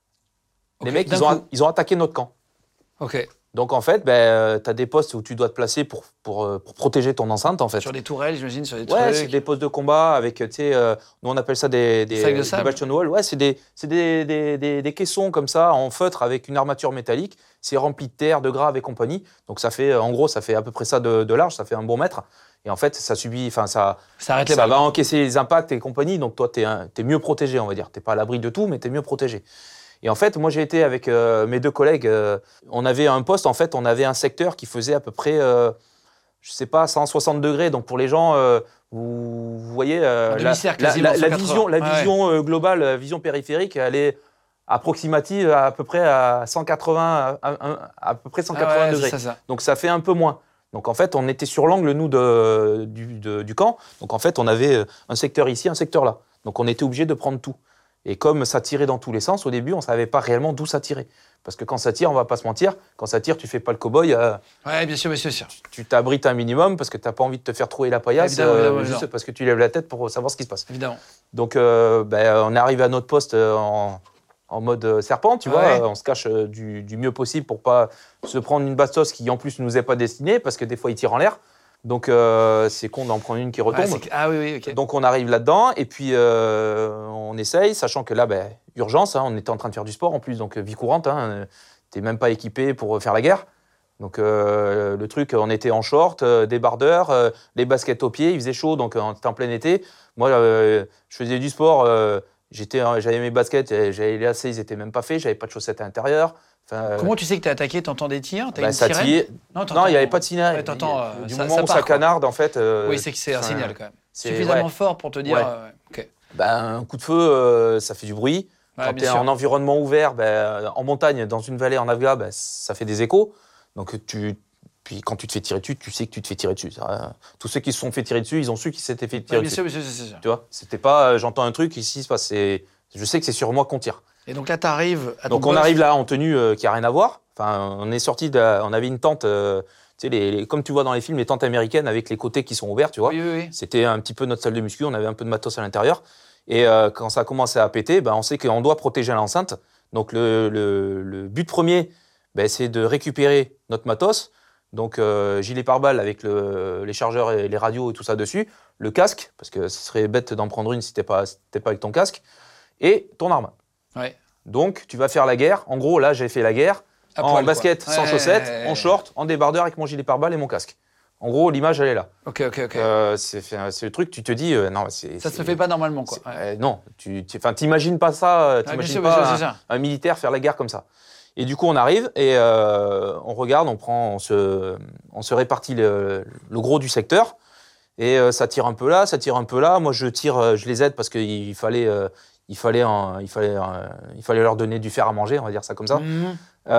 E: Okay,
D: les mecs, ils ont, ils ont attaqué notre camp.
E: Ok.
D: Donc en fait, ben, euh, tu as des postes où tu dois te placer pour, pour, euh, pour protéger ton enceinte en fait.
E: Sur des tourelles, j'imagine, sur des
D: Ouais,
E: trucs.
D: c'est des postes de combat avec, tu sais, euh, nous on appelle ça des, des,
E: Sacs de
D: des
E: sable.
D: bastion wall. Ouais, c'est, des, c'est des, des, des, des caissons comme ça en feutre avec une armature métallique. C'est rempli de terre, de gravats et compagnie. Donc ça fait, en gros, ça fait à peu près ça de, de large, ça fait un bon mètre. Et en fait, ça subit, enfin ça,
E: Ça arrête les
D: ça
E: balles.
D: va encaisser les impacts et compagnie. Donc toi, t'es, un, t'es mieux protégé, on va dire. T'es pas à l'abri de tout, mais t'es mieux protégé. Et en fait, moi, j'ai été avec euh, mes deux collègues. Euh, on avait un poste, en fait, on avait un secteur qui faisait à peu près, euh, je sais pas, cent soixante degrés. Donc pour les gens, euh, vous, vous voyez, euh,
E: Un
D: la,
E: demi-cercle,
D: la,
E: quasiment,
D: la, la
E: cent quatre-vingts.
D: vision, la
E: Ouais,
D: vision euh, globale, la vision périphérique, elle est approximative à, à peu près à cent quatre-vingts, à, à, à peu près cent quatre-vingts
E: Ah ouais,
D: degrés.
E: c'est ça, ça.
D: Donc ça fait un peu moins. Donc en fait, on était sur l'angle, nous, de, du, de, du camp. Donc en fait, on avait un secteur ici, un secteur là. Donc on était obligé de prendre tout. Et comme ça tirait dans tous les sens, au début, on ne savait pas réellement d'où ça tirait. Parce que quand ça tire, on ne va pas se mentir, quand ça tire, tu ne fais pas le cow-boy. Euh,
E: Ouais, bien sûr, bien sûr, bien sûr.
D: tu t'abrites un minimum parce que tu n'as pas envie de te faire trouer la paillasse,
E: Évidemment,
D: euh,
E: évidemment,
D: juste
E: évidemment.
D: parce que tu lèves la tête pour savoir ce qui se passe.
E: Évidemment.
D: Donc euh, ben, on est arrivé à notre poste euh, en, en mode euh, serpent, tu
E: Ouais.
D: vois. Euh, on se cache euh, du, du mieux possible pour ne pas se prendre une bastos qui, en plus, ne nous est pas destinée parce que des fois, il tire en l'air. Donc euh, c'est con d'en prendre une qui retombe.
E: Ouais, c'est- ah oui, oui, ok.
D: Donc on arrive là-dedans et puis euh, on essaye, sachant que là, ben, urgence, hein, on était en train de faire du sport en plus, donc euh, vie courante, hein, t'es même pas équipé pour faire la guerre. Donc euh, le truc, on était en short, euh, débardeur, euh, les baskets aux pieds, il faisait chaud, donc euh, on était en plein été. Moi, euh, je faisais du sport, euh, j'étais, j'avais mes baskets, j'avais les lacets, ils étaient même pas faits, j'avais pas de chaussettes à l'intérieur. Enfin,
E: Comment tu sais que t'es attaqué? T'entends des tirs? T'as
D: bah,
E: une
D: ça
E: sirène?
D: tire.
E: Non,
D: Non, il n'y avait pas de signal.
E: Ouais, t'entends, euh,
D: du
E: ça-
D: moment
E: ça
D: où
E: part,
D: ça
E: quoi.
D: canarde, en fait. euh,
E: Oui, c'est que c'est un
D: enfin,
E: signal quand même.
D: c'est-
E: Suffisamment
D: ouais.
E: fort pour te dire.
D: Ouais.
E: euh, ok.
D: Ben, un coup de feu, euh, ça fait du bruit.
E: Ouais,
D: Quand
E: bien
D: tu es
E: sûr.
D: en environnement ouvert, ben, en montagne, dans une vallée en Afghan, ben, ça fait des échos. Donc, tu, puis quand tu te fais tirer dessus, tu sais que tu te fais tirer dessus. Ça, euh, tous ceux qui se sont fait tirer dessus, ils ont su qu'ils s'étaient fait
E: Ouais,
D: tirer
E: bien
D: dessus.
E: sûr, bien sûr, bien sûr, bien sûr.
D: Tu vois, c'était pas euh, j'entends un truc, ici, c'est pas, c'est, je sais que c'est sur moi qu'on tire.
E: Et donc là, t'arrives à ton
D: Donc, on
E: poste.
D: arrive là en tenue euh, qui a rien à voir. Enfin, on est sorti de la- on avait une tente, euh, tu sais, les, les- comme tu vois dans les films, les tentes américaines avec les côtés qui sont ouverts, tu vois.
E: Oui, oui, oui.
D: C'était un petit peu notre salle de muscu, on avait un peu de matos à l'intérieur. Et euh, quand ça a commencé à péter, ben, on sait qu'on doit protéger l'enceinte. Donc le, le, le but premier, ben, c'est de récupérer notre matos. Donc euh, gilet pare-balles avec le, les chargeurs et les radios et tout ça dessus. Le casque, parce que ce serait bête d'en prendre une si t'es pas, si t'es pas avec ton casque. Et ton arme.
E: Ouais.
D: Donc tu vas faire la guerre. En gros, là, j'ai fait la guerre.
E: À
D: en
E: poil,
D: basket,
E: quoi.
D: sans
E: Ouais.
D: chaussettes, en short, en débardeur avec mon gilet pare-balles et mon casque. En gros, l'image, elle est là.
E: Ok, ok, ok.
D: Euh, c'est, c'est le truc, tu te dis, euh, non, c'est.
E: ça
D: c'est-
E: se fait pas normalement, quoi.
D: c'est-
E: Ouais.
D: euh, non, tu, tu, enfin, t'imagines pas ça, euh,
E: Ouais, bien
D: t'imagines
E: sûr, bien
D: pas
E: sûr,
D: un,
E: c'est ça.
D: un militaire faire la guerre comme ça. Et du coup, on arrive et euh, on regarde, on prend, on se, on se répartit le, le gros du secteur et euh, ça tire un peu là, ça tire un peu là. Moi, je tire, euh, je les aide parce qu'il fallait, euh, il fallait, un- il fallait, un- il fallait leur donner du fer à manger, on va dire ça comme ça.
E: Mhm.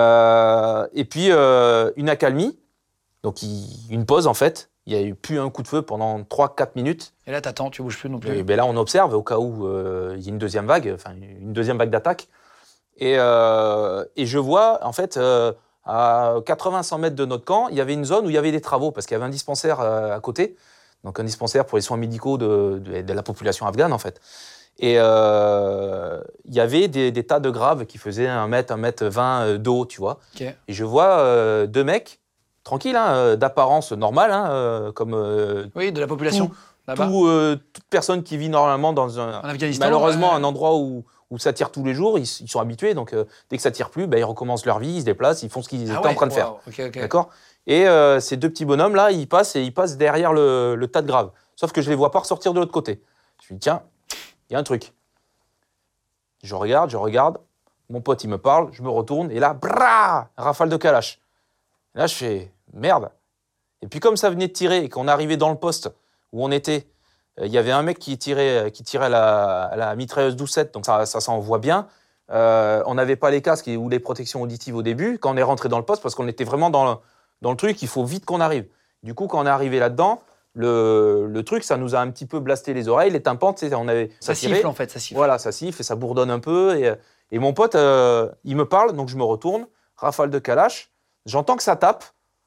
D: Euh, et puis euh, une accalmie, donc il- une pause en fait. Il n'y a eu plus un coup de feu pendant trois quatre minutes.
E: Et là, t'attends, tu bouges plus non plus.
D: Et ben là, on observe au cas où euh, il y a une deuxième vague, enfin une deuxième vague d'attaque. Et, euh, et je vois, en fait, euh, à quatre-vingts à cent mètres de notre camp, il y avait une zone où il y avait des travaux, parce qu'il y avait un dispensaire euh, à côté, donc un dispensaire pour les soins médicaux de, de, de la population afghane, en fait. Et euh, il y avait des, des tas de graves qui faisaient un mètre, un mètre vingt d'eau, tu vois.
E: Ok.
D: Et je vois euh, deux mecs, tranquilles, hein, euh, d'apparence normale, hein, euh, comme euh,
E: Oui, de la population. Là-bas.
D: tout, euh, toute personne qui vit normalement dans un...
E: En Afghanistan.
D: Malheureusement,
E: ouais.
D: un endroit où, où ça tire tous les jours, ils, ils sont habitués, donc euh, dès que ça tire plus, bah, ils recommencent leur vie, ils se déplacent, ils font ce qu'ils
E: Ah
D: étaient
E: ouais,
D: en train de faire.
E: waouh, ok, ok.
D: D'accord. Et euh, ces deux petits bonhommes-là, ils passent et ils passent derrière le, le tas de graves. Sauf que je les vois pas ressortir de l'autre côté. Je me dis, tiens, il y a un truc. Je regarde, je regarde, mon pote, il me parle, je me retourne, et là, brrrr, rafale de Kalash. Et là, je fais, merde. Et puis comme ça venait de tirer et qu'on arrivait dans le poste où on était, il y avait un mec qui tirait, qui tirait à la, à la mitrailleuse douze sept, donc ça, ça s'en voit bien. Euh, on n'avait pas les casques ou les protections auditives au début, quand on est rentré dans le poste, parce qu'on était vraiment dans le, dans le truc, il faut vite qu'on arrive. Du coup, quand on est arrivé là-dedans, le, le truc, ça nous a un petit peu blasté les oreilles, les tympans, tu sais, on avait...
E: Ça
D: tirait.
E: siffle en fait, ça siffle.
D: Voilà, ça siffle et ça bourdonne un peu. Et, et mon pote, euh, il me parle, donc je me retourne, rafale de Kalash, j'entends que ça tape,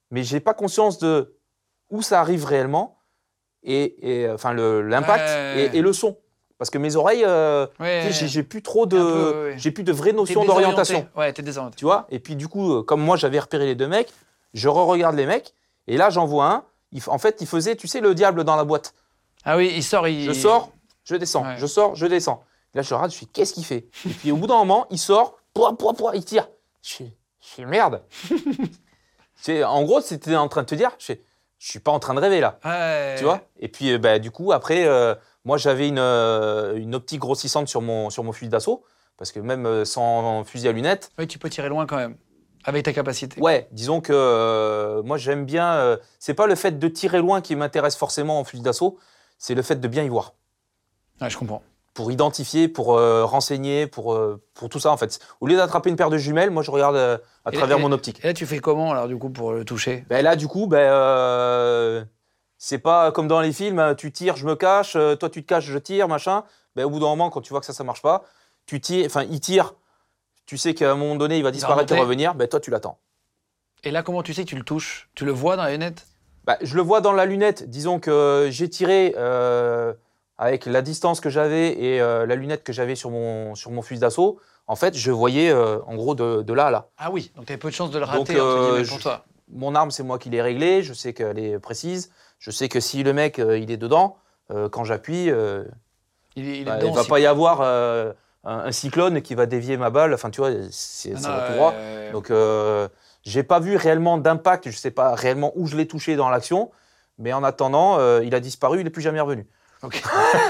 D: mais j'ai pas conscience de où ça arrive réellement et, et enfin le, l'impact
E: Ouais.
D: et, et le son. Parce que mes oreilles, euh,
E: Ouais.
D: tu sais, j'ai, j'ai plus trop de,
E: Un peu, ouais, ouais.
D: j'ai plus de vraies
E: T'es
D: notions
E: désorienté.
D: d'orientation.
E: Ouais, t'es désorienté.
D: Tu vois. Et puis du coup, euh, comme moi j'avais repéré les deux mecs, je re-regarde les mecs et là j'en vois un. Il, f- en fait, il faisait, tu sais, le diable dans la boîte.
E: Ah oui, il sort, il.
D: Je sors, je descends,
E: Ouais.
D: je sors, je descends. Là, je regarde, je suis, qu'est-ce qu'il fait? Et puis, au bout d'un moment, il sort, pouah, pouah, pouah, il tire. Je suis, je suis merde. C'est, en gros, c'était en train de te dire, je suis, je suis pas en train de rêver là,
E: Ouais.
D: tu vois? Et puis, euh, bah, du coup, après, euh, moi, j'avais une, euh, une optique grossissante sur mon, sur mon fusil d'assaut, parce que même euh, sans fusil à lunettes,
E: Oui, tu peux tirer loin quand même, avec ta capacité.
D: ouais, disons que euh, moi, j'aime bien. Euh, c'est pas le fait de tirer loin qui m'intéresse forcément en fusil d'assaut, c'est le fait de bien y voir.
E: Ouais, je comprends.
D: Pour identifier, pour euh, renseigner, pour, euh, pour tout ça en fait. Au lieu d'attraper une paire de jumelles, moi je regarde euh, à
E: Et-
D: travers
E: et-
D: mon optique.
E: Et là, tu fais comment alors du coup pour le toucher?
D: Ben là du coup, ben, euh, c'est pas comme dans les films, hein, tu tires, je me cache, euh, toi tu te caches, je tire, machin. Ben, au bout d'un moment, quand tu vois que ça, ça marche pas, tu tires, enfin il tire, tu sais qu'à un moment donné il va disparaître et
E: remonter.
D: revenir, ben toi tu l'attends.
E: Et là, comment tu sais que tu le touches? Tu le vois dans la lunette?
D: Ben, je le vois dans la lunette, disons que j'ai tiré euh, avec la distance que j'avais et euh, la lunette que j'avais sur mon, sur mon fusil d'assaut. En fait, je voyais euh, en gros de, de là à là.
E: Ah oui, donc tu as peu de chances de le
D: Donc,
E: rater entre
D: euh,
E: guillemets, pour
D: je-
E: toi.
D: Mon arme, c'est moi qui l'ai réglée, je sais qu'elle est précise, je sais que si le mec euh, il est dedans, euh, quand j'appuie, euh,
E: Il, est- il est
D: bah, il
E: dedans
D: va
E: aussi.
D: pas y avoir euh, un, un cyclone qui va dévier ma balle, enfin tu vois, c'est,
E: Ah
D: ça
E: non,
D: va tout
E: ouais,
D: droit.
E: ouais, ouais.
D: Donc euh, j'ai pas vu réellement d'impact, je sais pas réellement où je l'ai touché dans l'action, mais en attendant, euh, il a disparu, il n'est plus jamais revenu.
E: Ok.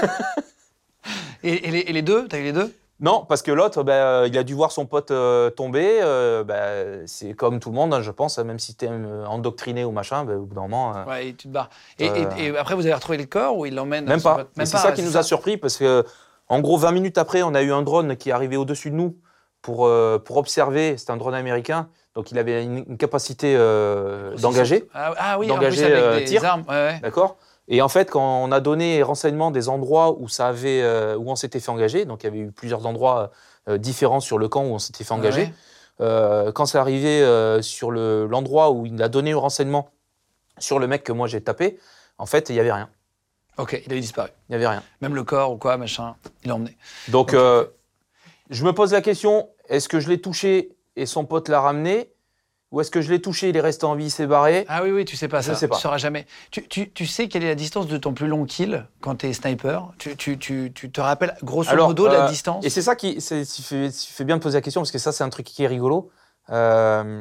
E: et, et les, et les deux? T'as eu les deux?
D: Non, parce que l'autre, ben, euh, il a dû voir son pote euh, tomber. euh, ben, c'est comme tout le monde, hein, je pense, même si tu es endoctriné ou machin, ben, au bout d'un moment. euh,
E: Ouais, et tu te barres. Et,
D: Euh,
E: et- et après, vous avez retrouvé le corps ou il l'emmène?
D: Même
E: son
D: pas.
E: pote
D: Mais c'est
E: pas,
D: ça
E: ouais,
D: qui
E: c'est
D: nous a surpris parce que, en gros, vingt minutes après, on a eu un drone qui est arrivé au-dessus de nous pour, euh, pour observer. C'était un drone américain, donc il avait une, une capacité euh, d'engager.
E: Ah, ah oui,
D: d'engager,
E: en plus avec
D: euh,
E: des
D: tir.
E: armes. Ouais, ouais.
D: D'accord. Et en fait, quand on a donné renseignement des endroits où ça avait, euh, où on s'était fait engager, donc il y avait eu plusieurs endroits euh, différents sur le camp où on s'était fait engager.
E: Ouais.
D: Euh, quand c'est arrivé euh, sur le, l'endroit où il a donné le renseignement sur le mec que moi j'ai tapé, en fait, il y avait rien.
E: Ok, il avait disparu.
D: Il y avait rien.
E: Même le corps ou quoi, machin, il l'a emmené.
D: Donc,
E: Ok.
D: euh, je me pose la question, est-ce que je l'ai touché et son pote l'a ramené? Ou est-ce que je l'ai touché, il est resté en vie, il s'est barré?
E: Ah oui, oui, tu sais pas
D: Je
E: ça.
D: sais pas.
E: Tu sauras jamais. Tu, tu, tu sais quelle est la distance de ton plus long kill quand tu es sniper? tu, tu, tu, tu te rappelles grosso
D: Alors,
E: modo la
D: euh,
E: distance?
D: Et c'est ça qui c'est, tu fais, tu fais bien de poser la question, parce que ça, c'est un truc qui est rigolo. Euh,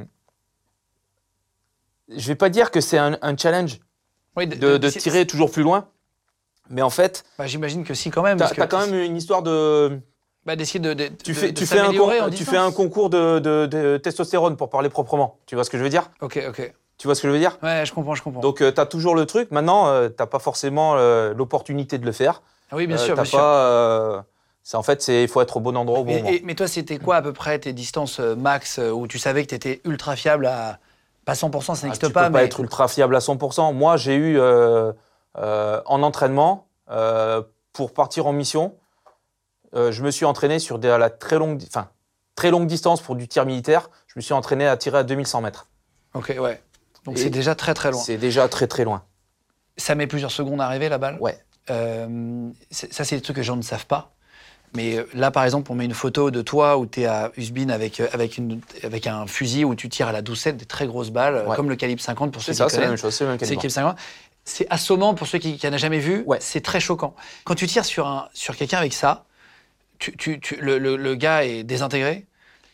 D: je vais pas dire que c'est un, un challenge
E: Oui,
D: de, de tirer toujours plus loin, mais en fait,
E: Bah, j'imagine que si, quand même.
D: tu
E: parce que
D: as quand même une histoire de...
E: bah, d'essayer de, de,
D: Tu
E: de-
D: fais,
E: de
D: tu fais, un,
E: s'améliorer
D: con-
E: en
D: tu
E: distance.
D: fais un concours de, de- de testostérone, pour parler proprement. Tu vois ce que je veux dire?
E: Ok, ok.
D: Tu vois ce que je veux dire?
E: Ouais, je comprends, je comprends.
D: Donc, tu as toujours le truc. Maintenant, euh, tu n'as pas forcément euh, l'opportunité de le faire.
E: Ah oui, bien
D: Euh,
E: sûr,
D: t'as
E: bien sûr.
D: pas, euh, c'est, en fait, il faut être au bon endroit au bon
E: Et-
D: moment.
E: et- mais toi, c'était quoi à peu près tes distances euh, max euh, où tu savais que tu étais ultra fiable à. Pas cent pour cent, ça
D: Ah,
E: n'existe
D: tu
E: pas,
D: peux pas
E: mais.
D: être ultra fiable à cent pour cent. Moi, j'ai eu euh, euh, en entraînement euh, pour partir en mission, euh, je me suis entraîné sur des, à la très longue, enfin très longue distance pour du tir militaire. Je me suis entraîné à tirer à deux mille cent mètres.
E: Ok, ouais. Donc
D: Et
E: c'est déjà très très loin.
D: C'est déjà très très loin.
E: Ça met plusieurs secondes à arriver la balle.
D: Ouais.
E: Euh, c'est- ça, c'est des trucs que les gens ne savent pas. Mais euh, là, par exemple, on met une photo de toi où tu es à Usbin avec, euh, avec, une, avec un fusil où tu tires à la doucette des très grosses balles, euh,
D: Ouais.
E: comme le calibre cinquante pour ceux
D: C'est
E: qui
D: ça, c'est la même
E: connaissent.
D: chose, c'est le même
E: C'est le
D: calibre.
E: calibre cinquante. C'est assommant pour ceux qui n'en ont jamais vu.
D: Ouais.
E: C'est très choquant. Quand tu tires sur, un, sur quelqu'un avec ça, tu, tu, tu- le, le, le gars est désintégré.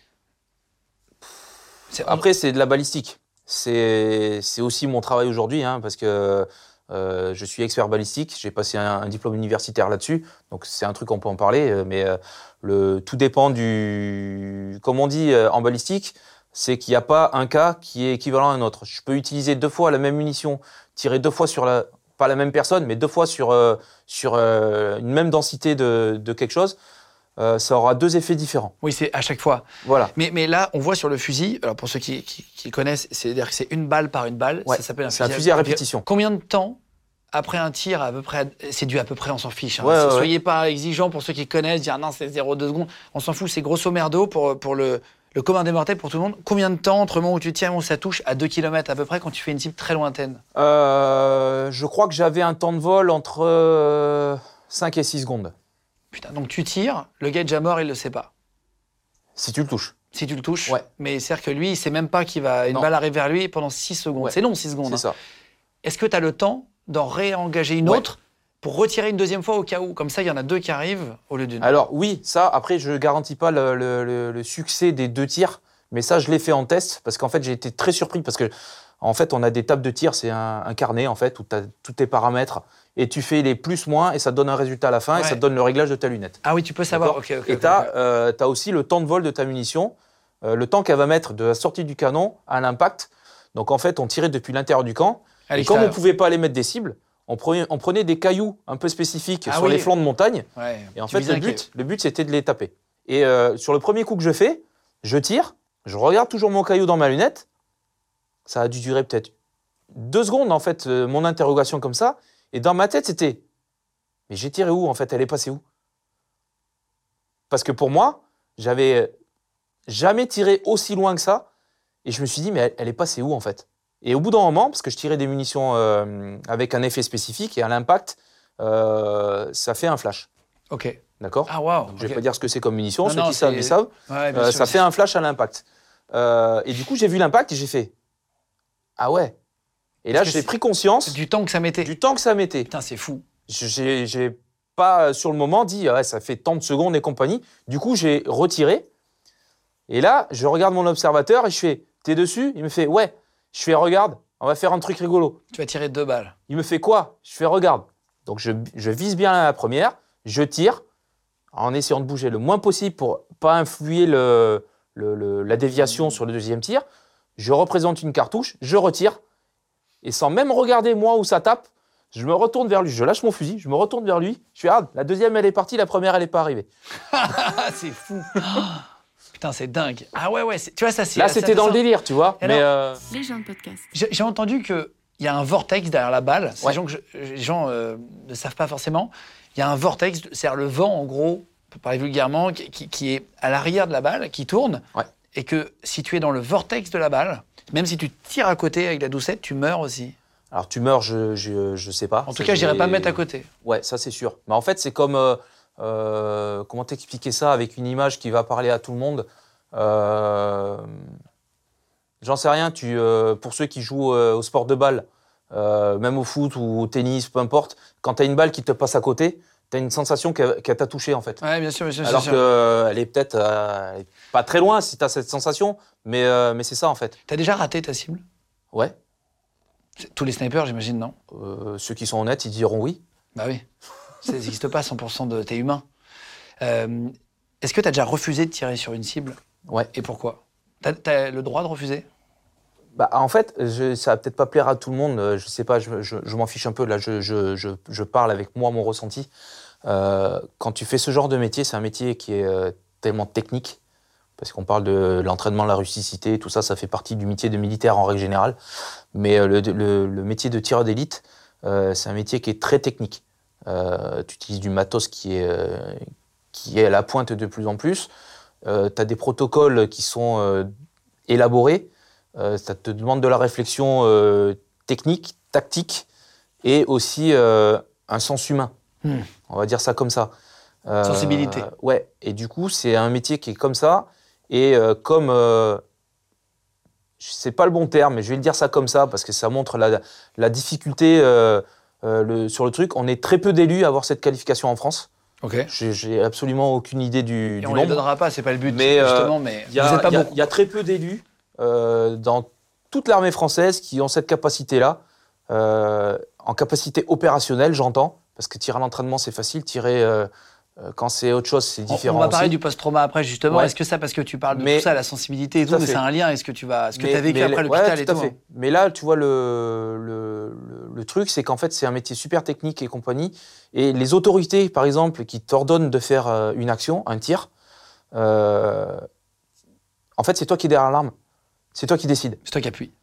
E: C'est-
D: Après, c'est de la balistique. C'est, c'est aussi mon travail aujourd'hui, hein, parce que euh, je suis expert balistique. J'ai passé un, un diplôme universitaire là-dessus, donc c'est un truc qu'on peut en parler. euh, Mais euh, le, tout dépend du, comme on dit euh, en balistique, c'est qu'il n'y a pas un cas qui est équivalent à un autre. Je peux utiliser deux fois la même munition, tirer deux fois sur la, pas la même personne, mais deux fois sur euh, sur euh, une même densité de, de quelque chose. Euh, ça aura deux effets différents.
E: Oui, c'est à chaque fois.
D: Voilà.
E: Mais, mais là, on voit sur le fusil, alors pour ceux qui, qui, qui connaissent, c'est-à-dire que c'est une balle par une balle.
D: Ouais,
E: Ça s'appelle un
D: c'est un
E: fusil,
D: fusil à répétition.
E: Combien de temps après un tir, à peu près, c'est dû à peu près, on s'en fiche. Hein.
D: Ouais, ouais,
E: Soyez pas exigeants pour ceux qui connaissent, dire non, c'est zéro virgule deux secondes. On s'en fout, c'est grosso merdo pour, pour le, le commun des mortels pour tout le monde, combien de temps entre le moment où tu tires et le moment où ça touche à deux kilomètres à peu près quand tu fais une cible très lointaine?
D: euh, Je crois que j'avais un temps de vol entre euh, cinq et six secondes.
E: Putain, donc tu tires, le gars est déjà mort, il le sait pas.
D: Si tu le touches.
E: Si tu le touches,
D: ouais.
E: Mais c'est-à-dire que lui, il sait même pas qu'il va une
D: non.
E: balle arrive vers lui pendant six secondes. Ouais. C'est long, six secondes.
D: C'est
E: hein.
D: ça.
E: Est-ce que tu as le temps d'en réengager une
D: ouais.
E: autre pour retirer une deuxième fois au cas où? Comme ça, il y en a deux qui arrivent au lieu d'une.
D: Alors oui, ça, après, je ne garantis pas le, le, le, le succès des deux tirs, mais ça, je l'ai fait en test, parce qu'en fait, j'ai été très surpris, parce que en fait, on a des tables de tir, c'est un, un carnet, en fait, où tu as tous tes paramètres, et tu fais les plus-moins, et ça te donne un résultat à la fin, ouais. et ça te donne le réglage de ta lunette.
E: Ah oui, tu peux savoir. Okay, okay,
D: et
E: okay,
D: tu as
E: okay.
D: euh, aussi le temps de vol de ta munition, euh, le temps qu'elle va mettre de la sortie du canon à l'impact. Donc en fait, on tirait depuis l'intérieur du camp, à et comme on ne pouvait pas aller mettre des cibles, on prenait, on prenait des cailloux un peu spécifiques ah sur oui. les flancs de montagne,
E: ouais.
D: et en fait, le but, le but, c'était de les taper. Et euh, sur le premier coup que je fais, je tire, je regarde toujours mon caillou dans ma lunette, ça a dû durer peut-être deux secondes, en fait, euh, mon interrogation comme ça, et dans ma tête, c'était « Mais j'ai tiré où, en fait? Elle est passée où ?» Parce que pour moi, j'avais jamais tiré aussi loin que ça, et je me suis dit « Mais elle, elle est passée où, en fait ?» Et au bout d'un moment, parce que je tirais des munitions euh, avec un effet spécifique, et à l'impact, euh, ça fait un flash.
E: Ok.
D: D'accord?
E: Ah, waouh.
D: Je ne
E: okay.
D: vais pas dire ce que c'est comme munition,
E: non,
D: ceux
E: non,
D: qui savent, ils savent.
E: Ouais,
D: euh,
E: sûr,
D: ça fait un flash à l'impact. Euh, et du coup, j'ai vu l'impact et j'ai fait « Ah ouais !» Et là, j'ai pris conscience
E: du temps que ça mettait.
D: Du temps que ça mettait.
E: Putain, c'est fou.
D: J'ai, j'ai pas, sur le moment, dit ouais, « Ça fait tant de secondes et compagnie ». Du coup, j'ai retiré. Et là, je regarde mon observateur et je fais « T'es dessus ?» Il me fait « Ouais ». Je fais « Regarde, on va faire un truc rigolo. »
E: Tu vas tirer deux balles.
D: Il me fait « Quoi ?» Je fais « Regarde ». Donc, je, je vise bien la première, je tire, en essayant de bouger le moins possible pour pas influer le, le, le, la déviation mmh. sur le deuxième tir. Je représente une cartouche, je retire. Et sans même regarder moi où ça tape, je me retourne vers lui. Je lâche mon fusil, je me retourne vers lui. Je fais, ah, la deuxième, elle est partie, la première, elle n'est pas arrivée.
E: C'est fou. Putain, c'est dingue. Ah ouais, ouais. Tu vois, ça, c'est...
D: Là, c'était dans le délire, tu vois.
E: Alors,
D: mais euh...
C: Les gens de podcast.
E: J'ai, j'ai entendu qu'il y a un vortex derrière la balle. C'est
D: ouais.
E: des gens que je, les gens euh, ne savent pas forcément. Il y a un vortex, c'est-à-dire le vent, en gros, pour parler vulgairement, qui, qui, qui est à l'arrière de la balle, qui tourne.
D: Ouais.
E: Et que si tu es dans le vortex de la balle, même si tu tires à côté avec la doucette, tu meurs aussi.
D: Alors, tu meurs, je, je, je sais pas.
E: En tout cas, je n'irai pas me mettre à côté.
D: Ouais, ça, c'est sûr. Mais en fait, c'est comme... Euh, euh, comment t'expliquer ça avec une image qui va parler à tout le monde euh, J'en sais rien. Tu, euh, pour ceux qui jouent euh, au sport de balle, euh, même au foot ou au tennis, peu importe, quand tu as une balle qui te passe à côté, tu as une sensation qu'elle, qu'elle t'a touché, en fait.
E: Oui, bien sûr, bien sûr.
D: Alors
E: sûr.
D: qu'elle euh, est peut-être euh, est pas très loin si tu as cette sensation, mais, euh, mais c'est ça, en fait.
E: Tu as déjà raté ta cible?
D: Ouais.
E: Tous les snipers, j'imagine, non?
D: euh, Ceux qui sont honnêtes, ils diront oui.
E: Bah oui. Ça n'existe pas, cent pour cent de t'es humain. Euh, est-ce que tu as déjà refusé de tirer sur une cible?
D: Ouais.
E: Et pourquoi? T'as, t'as le droit de refuser?
D: Bah, en fait, je, ça va peut-être pas plaire à tout le monde. Je sais pas, je, je, je m'en fiche un peu. Là, je, je, je, je parle avec moi, mon ressenti. Euh, quand tu fais ce genre de métier, c'est un métier qui est euh, tellement technique. Parce qu'on parle de l'entraînement, la rusticité, tout ça, ça fait partie du métier de militaire en règle générale. Mais euh, le, le, le métier de tireur d'élite, euh, c'est un métier qui est très technique. Euh, tu utilises du matos qui est, euh, qui est à la pointe de plus en plus. Euh, tu as des protocoles qui sont euh, élaborés. Euh, ça te demande de la réflexion euh, technique, tactique, et aussi euh, un sens humain. Hmm. On va dire ça comme ça. Euh,
E: Sensibilité.
D: Ouais. Et du coup, c'est un métier qui est comme ça. Et euh, comme, euh, c'est pas le bon terme, mais je vais le dire ça comme ça parce que ça montre la, la difficulté euh, euh, le, sur le truc. On est très peu d'élus à avoir cette qualification en France.
E: Ok.
D: J'ai, j'ai absolument aucune idée du,
E: Et
D: du
E: on
D: nombre.
E: ne les donnera pas, c'est pas le but
D: mais,
E: justement.
D: Euh,
E: mais
D: y a,
E: vous êtes pas
D: y a,
E: beaucoup.
D: Il y a très peu d'élus euh, dans toute l'armée française qui ont cette capacité-là, euh, en capacité opérationnelle, j'entends, parce que tirer à l'entraînement c'est facile, tirer euh, quand c'est autre chose c'est différent.
E: On va parler
D: aussi.
E: du post-trauma après justement.
D: Ouais.
E: Est-ce que ça, parce que tu parles de
D: mais,
E: tout ça, la sensibilité et tout, mais c'est un lien. Est-ce que tu vas, ce que tu as vécu
D: mais,
E: après
D: mais,
E: l'hôpital
D: ouais,
E: et
D: tout
E: tout.
D: à fait.
E: Hein.
D: Mais là, tu vois le le, le, le truc, c'est qu'en fait c'est un métier super technique et compagnie. Et les autorités, par exemple, qui t'ordonnent de faire euh, une action, un tir, euh, en fait c'est toi qui es derrière l'arme, c'est toi qui décides.
E: C'est toi qui appuies.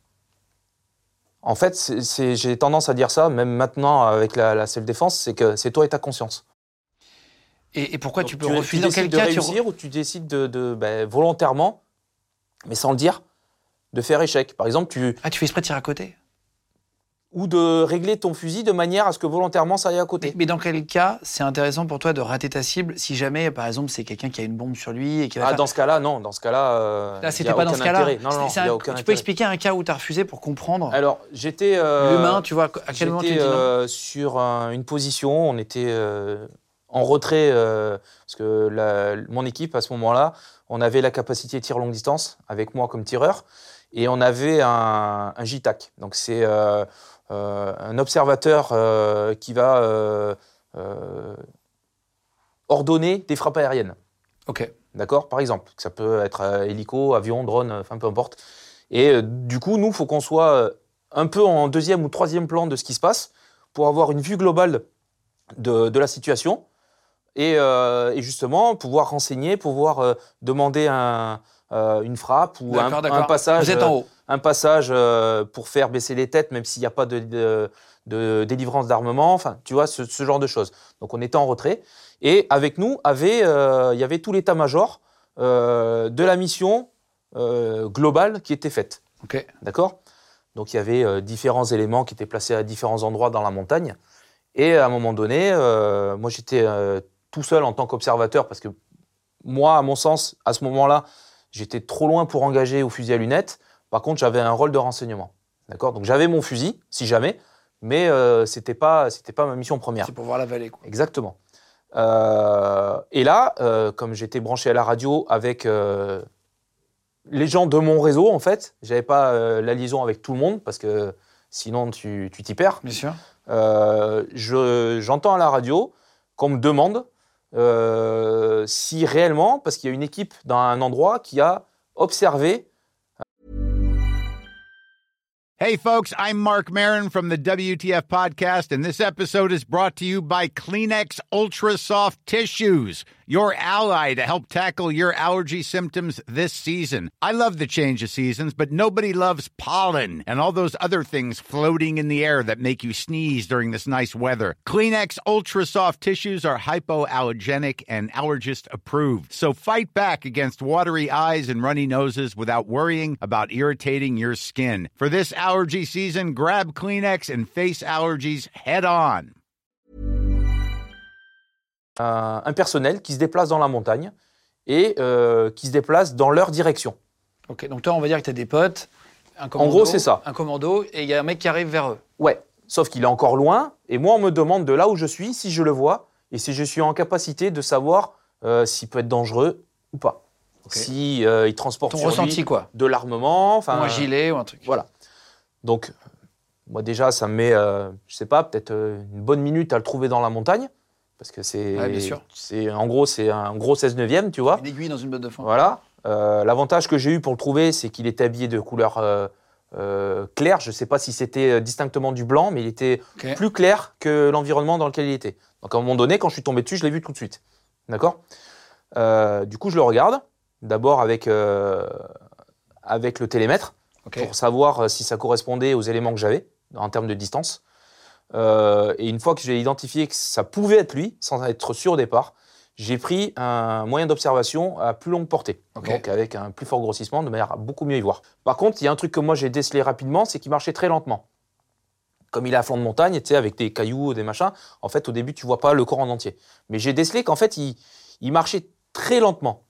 D: En fait, c'est, c'est, j'ai tendance à dire ça, même maintenant avec la, la self-défense, c'est que c'est toi et ta conscience.
E: Et, et pourquoi
D: Donc,
E: tu peux
D: tu,
E: refuser
D: tu
E: dans quel
D: de
E: cas
D: réussir
E: tu...
D: ou tu décides de, de ben, volontairement mais sans le dire, de faire échec. Par exemple, tu...
E: Ah, tu fais exprès de tirer à côté?
D: Ou de régler ton fusil de manière à ce que volontairement ça aille à côté.
E: Mais, mais dans quel cas c'est intéressant pour toi de rater ta cible si jamais, par exemple, c'est quelqu'un qui a une bombe sur lui et qui va
D: Ah,
E: faire...
D: dans ce cas-là, non. Dans ce cas-là, euh,
E: Là, c'était
D: y a
E: pas dans
D: aucun
E: ce cas-là.
D: intérêt. Non, non,
E: C'est
D: il y
E: un-
D: a aucun
E: Tu
D: intérêt.
E: peux expliquer un cas où tu as refusé pour comprendre
D: Alors, j'étais... euh,
E: l'humain, tu vois, à quel moment tu dis
D: J'étais
E: non?
D: euh, sur un- une position, on était euh, en retrait, euh, parce que la- mon équipe, à ce moment-là, on avait la capacité tir longue distance, avec moi comme tireur, et on avait un, un J TAC. Donc, c'est euh, euh, un observateur euh, qui va euh, euh, ordonner des frappes aériennes.
E: Ok.
D: D'accord, par exemple. Ça peut être euh, hélico, avion, drone, enfin peu importe. Et euh, du coup, nous, il faut qu'on soit euh, un peu en deuxième ou troisième plan de ce qui se passe pour avoir une vue globale de, de la situation et, euh, et justement pouvoir renseigner, pouvoir euh, demander un, euh, une frappe ou un,
E: D'accord, d'accord.
D: un passage,
E: Vous êtes en haut.
D: euh, un passage euh, pour faire baisser les têtes, même s'il n'y a pas de, de, de délivrance d'armement. Enfin, tu vois, ce, ce genre de choses. Donc, on était en retrait. Et avec nous, avait, euh, il y avait tout l'état-major euh, de la mission euh, globale qui était faite.
E: Ok.
D: D'accord ? Donc, il y avait euh, différents éléments qui étaient placés à différents endroits dans la montagne. Et à un moment donné, euh, moi, j'étais euh, tout seul en tant qu'observateur parce que moi, à mon sens, à ce moment-là, j'étais trop loin pour engager au fusil à lunettes. Par contre, j'avais un rôle de renseignement. D'accord ? Donc, j'avais mon fusil, si jamais, mais euh, ce n'était pas, c'était pas ma mission première.
E: C'est pour voir la vallée, quoi.
D: Exactement. Euh, et là, euh, comme j'étais branché à la radio avec euh, les gens de mon réseau, en fait, j'avais pas euh, la liaison avec tout le monde parce que sinon tu, tu t'y perds.
E: Bien sûr.
D: Euh, je, j'entends à la radio qu'on me demande euh, si réellement, parce qu'il y a une équipe dans un endroit qui a observé.
C: Hey, folks, I'm Mark Maron from the W T F Podcast, and this episode is brought to you by Kleenex Ultra Soft Tissues, your ally to help tackle your allergy symptoms this season. I love the change of seasons, but nobody loves pollen and all those other things floating in the air that make you sneeze during this nice weather. Kleenex Ultra Soft Tissues are hypoallergenic and allergist approved, so fight back against watery eyes and runny noses without worrying about irritating your skin. For this allergy season, grab Kleenex and face allergies head on.
D: Un, un personnel qui se déplace dans la montagne et euh, qui se déplace dans leur direction.
E: Ok, donc toi, on va dire que tu as des potes, un commando,
D: En gros, c'est ça.
E: Un commando, et il y a un mec qui arrive vers eux.
D: Ouais, sauf qu'il est encore loin, et moi, on me demande de là où je suis, si je le vois, et si je suis en capacité de savoir euh, s'il peut être dangereux ou pas.
E: Okay.
D: Si euh, il transporte
E: Ton
D: sur
E: ressenti,
D: lui
E: quoi.
D: de l'armement,
E: Ou
D: enfin
E: un gilet, ou un truc.
D: voilà. Donc, moi déjà, ça me met, euh, je sais pas, peut-être euh, une bonne minute à le trouver dans la montagne, parce que c'est,
E: Ouais, bien sûr.
D: c'est en gros, c'est un gros seize neuvième, tu vois.
E: Une aiguille dans une botte de foin.
D: Voilà. Euh, l'avantage que j'ai eu pour le trouver, c'est qu'il était habillé de couleur euh, euh, claire. Je ne sais pas si c'était distinctement du blanc, mais il était
E: Okay.
D: plus clair que l'environnement dans lequel il était. Donc à un moment donné, quand je suis tombé dessus, je l'ai vu tout de suite. D'accord ? Euh, Du coup, je le regarde. D'abord avec, euh, avec le télémètre,
E: Okay.
D: pour savoir si ça correspondait aux éléments que j'avais en termes de distance. Euh, et une fois que j'ai identifié que ça pouvait être lui, sans être sûr au départ, j'ai pris un moyen d'observation à plus longue portée,
E: Okay.
D: donc avec un plus fort grossissement, de manière à beaucoup mieux y voir. Par contre, il y a un truc que moi j'ai décelé rapidement, c'est qu'il marchait très lentement. Comme il est à flanc de montagne, tu sais, avec des cailloux, des machins, en fait, au début, tu vois pas le corps en entier. Mais j'ai décelé qu'en fait, il, il marchait très lentement.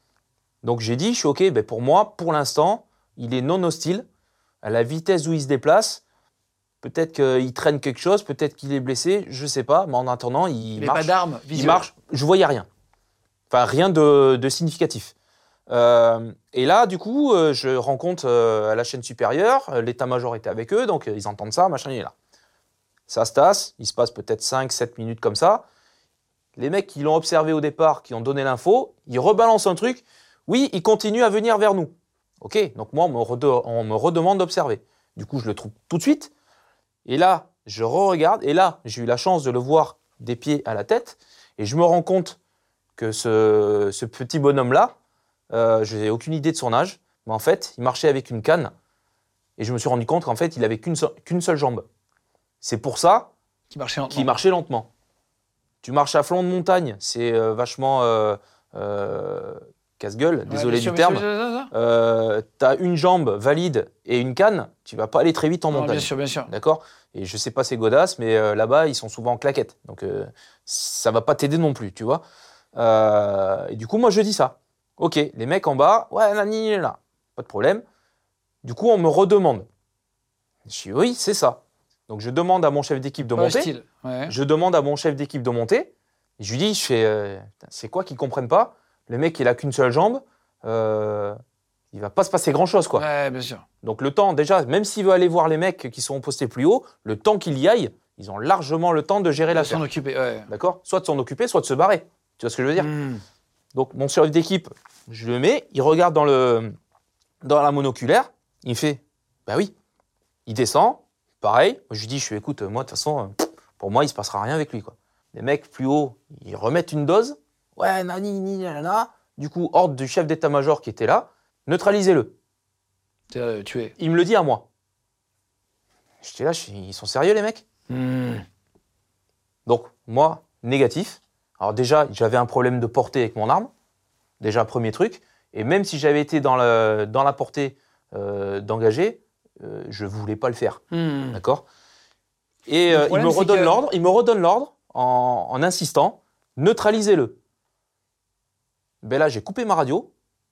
D: Donc j'ai dit, je suis OK, ben pour moi, pour l'instant, il est non hostile. À la vitesse où il se déplace, peut-être qu'il traîne quelque chose, peut-être qu'il est blessé, je sais pas, mais en attendant, il,
E: Il n'y
D: marche.
E: pas d'armes
D: Il
E: visuelles.
D: marche, je voyais rien. Enfin, rien de, de significatif. Euh, et là, du coup, euh, je rencontre euh, à la chaîne supérieure, euh, l'état-major était avec eux, donc euh, ils entendent ça, machin, il est là. Ça se tasse, il se passe peut-être cinq sept minutes comme ça. Les mecs qui l'ont observé au départ, qui ont donné l'info, ils rebalancent un truc. Oui, il continue à venir vers nous. Ok, donc moi, on me, rede- on me redemande d'observer. Du coup, je le trouve tout de suite. Et là, je re-regarde. Et là, j'ai eu la chance de le voir des pieds à la tête. Et je me rends compte que ce, ce petit bonhomme-là, euh, je n'ai aucune idée de son âge, mais en fait, il marchait avec une canne. Et je me suis rendu compte qu'en fait, il n'avait qu'une, so- qu'une seule jambe. C'est pour ça
E: Qui marchait lentement.
D: qu'il marchait lentement. Tu marches à flanc de montagne, c'est euh, vachement... Euh, euh, casse-gueule,
E: Ouais,
D: désolé
E: bien
D: du
E: sûr,
D: terme,
E: bien sûr, bien sûr.
D: euh, tu as une jambe valide et une canne, tu vas pas aller très vite en
E: Non,
D: montagne.
E: bien sûr, bien sûr.
D: D'accord ? Et je sais pas ces godasses, mais euh, là-bas, ils sont souvent en claquettes. Donc, euh, ça va pas t'aider non plus, tu vois. Euh, et du coup, moi, je dis ça. Ok, les mecs en bas, ouais, nani, là, pas de problème. Du coup, on me redemande. Je dis oui, c'est ça. Donc, je demande à mon chef d'équipe de
E: Pas
D: monter.
E: hostile. Ouais.
D: Je demande à mon chef d'équipe de monter. Et je lui dis, je fais, euh, c'est quoi qu'ils comprennent pas ? Le mec, il a qu'une seule jambe. Euh, il va pas se passer grand-chose, quoi.
E: Ouais, bien sûr.
D: Donc le temps, déjà, même s'il veut aller voir les mecs qui sont postés plus haut, le temps qu'il y aille, ils ont largement le temps de gérer
E: De
D: l'affaire.
E: s'en occuper, ouais.
D: D'accord ? Soit de s'en occuper, soit de se barrer. Tu vois ce que je veux dire ?
E: Mmh.
D: Donc mon chef d'équipe, je le mets, il regarde dans, le, dans la monoculaire, il fait, bah oui, il descend, pareil. Je lui dis, je fais, écoute, moi, de toute façon, pour moi, il se passera rien avec lui, quoi. Les mecs plus haut, ils remettent une dose. Ouais, nani, nani, nana. Du coup, ordre du chef d'état-major qui était là, neutralisez-le.
E: T'es euh, tué.
D: Il me le dit à moi. J'étais là, je suis, ils sont sérieux, les mecs ?
E: Mmh.
D: Donc, moi, négatif. Alors déjà, j'avais un problème de portée avec mon arme. Déjà, premier truc. Et même si j'avais été dans, le, dans la portée euh, d'engager, euh, je ne voulais pas le faire.
E: Mmh.
D: D'accord ? Et
E: Le
D: euh, il
E: problème,
D: me
E: c'est
D: redonne
E: que-
D: l'ordre, il me redonne l'ordre en, en insistant, neutralisez-le. Ben là, j'ai coupé ma radio,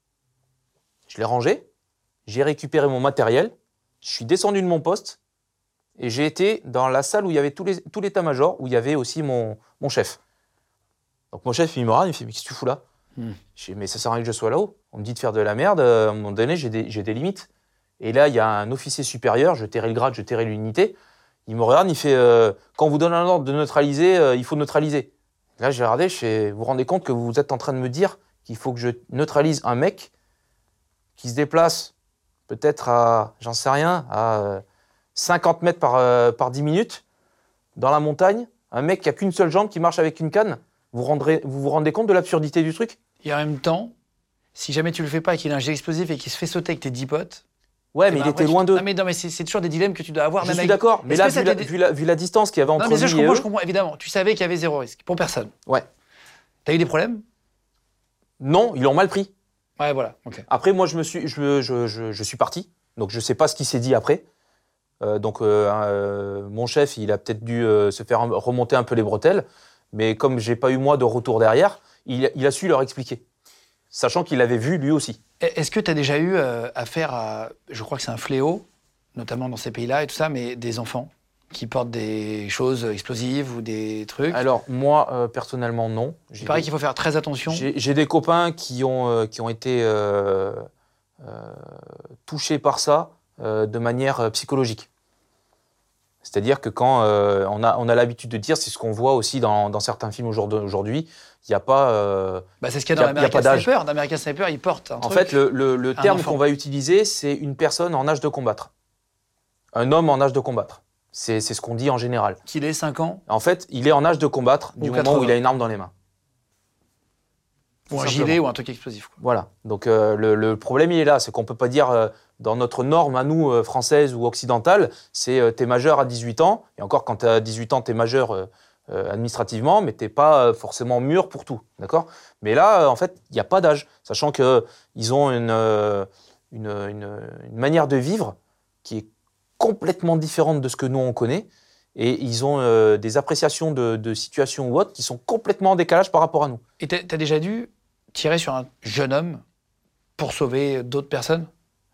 D: je l'ai rangée, j'ai récupéré mon matériel, je suis descendu de mon poste et j'ai été dans la salle où il y avait tout, les, tout l'état-major, où il y avait aussi mon, mon chef. Donc mon chef, il me regarde, il me fait « Mais qu'est-ce que tu fous là ?»
E: Hmm.
D: Je dis « Mais ça sert à rien que je sois là-haut. On me dit de faire de la merde, à un moment donné, j'ai des, j'ai des limites. » Et là, il y a un officier supérieur, je tairai le grade, je tairai l'unité. Il me regarde, il fait euh, « Quand on vous donne un ordre de neutraliser, euh, il faut neutraliser. » Là, j'ai regardé, je fais « Vous vous rendez compte que vous êtes en train de me dire qu'il faut que je neutralise un mec qui se déplace peut-être à, j'en sais rien, à euh, cinquante mètres par, euh, par dix minutes dans la montagne, un mec qui a qu'une seule jambe, qui marche avec une canne. Vous rendrez, vous, vous rendez compte de l'absurdité du truc ?
E: Et en même temps, si jamais tu le fais pas et qu'il a un jet explosif et qu'il se fait sauter avec tes dix potes.
D: Ouais,
E: eh
D: mais
E: ben
D: il
E: après,
D: était
E: tu-
D: loin d'eux.
E: Non, mais, non, mais c'est, c'est toujours des dilemmes que tu dois avoir.
D: Je
E: même
D: suis
E: avec-
D: d'accord, mais
E: Est-ce
D: là,
E: que ça
D: vu la,
E: t'est-
D: vu, la, vu la distance qu'il y avait entre
E: Non, mais ça, je
D: lui et
E: comprends,
D: eux,
E: je comprends, évidemment. Tu savais qu'il y avait zéro risque pour personne.
D: ouais.
E: T'as eu des problèmes ?
D: Non, ils l'ont mal pris.
E: Ouais, voilà. Ok.
D: Après, moi, je, me suis, je, je, je, je suis parti, donc je ne sais pas ce qui s'est dit après. Euh, donc, euh, euh, mon chef, il a peut-être dû euh, se faire remonter un peu les bretelles, mais comme j'ai pas eu moi de retour derrière, il, il a su leur expliquer, sachant qu'il l'avait vu lui aussi.
E: Est-ce que tu as déjà eu euh, affaire à, je crois que c'est un fléau, notamment dans ces pays-là et tout ça, mais des enfants qui portent des choses explosives ou des trucs ?
D: Alors, moi, euh, personnellement, non.
E: Il
D: J'ai
E: paraît
D: des,
E: qu'il faut faire très attention.
D: j'ai, j'ai des copains qui ont, euh, qui ont été euh, euh, touchés par ça euh, de manière euh, psychologique. C'est-à-dire que quand euh, on a, on a l'habitude de dire, c'est ce qu'on voit aussi dans, dans certains films aujourd'hui, il n'y a pas... euh,
E: Bah, c'est ce qu'il y
D: y
E: a
D: a-
E: dans
D: y a pas
E: l'American
D: d'âge.
E: Sniper. Dans American Sniper, ils portent un
D: En
E: truc.
D: fait, le, le- le
E: un
D: terme
E: enfant.
D: qu'on va utiliser, c'est une personne en âge de combattre. Un homme en âge de combattre. C'est, c'est ce qu'on dit en général.
E: Qu'il ait cinq ans
D: En fait, il est en âge de combattre
E: Ou
D: du moment
E: quatre-vingts.
D: où il a une arme dans les mains.
E: ou un
D: Tout
E: gilet
D: simplement.
E: ou un truc explosif. Quoi.
D: Voilà. Donc euh, le, le problème, il est là. C'est qu'on ne peut pas dire, euh, dans notre norme à nous, euh, française ou occidentale, c'est euh, t'es majeur à dix-huit ans. Et encore, quand tu as dix-huit ans, t'es majeur euh, euh, administrativement, mais t'es pas euh, forcément mûr pour tout. D'accord ? Mais là, euh, en fait, il n'y a pas d'âge. Sachant qu'ils ont une, euh, une, une, une manière de vivre qui est complètement différente de ce que nous, on connaît. Et ils ont euh, des appréciations de, de situations ou autres qui sont complètement en décalage par rapport à nous.
E: Et t'as as déjà dû tirer sur un jeune homme pour sauver d'autres personnes ?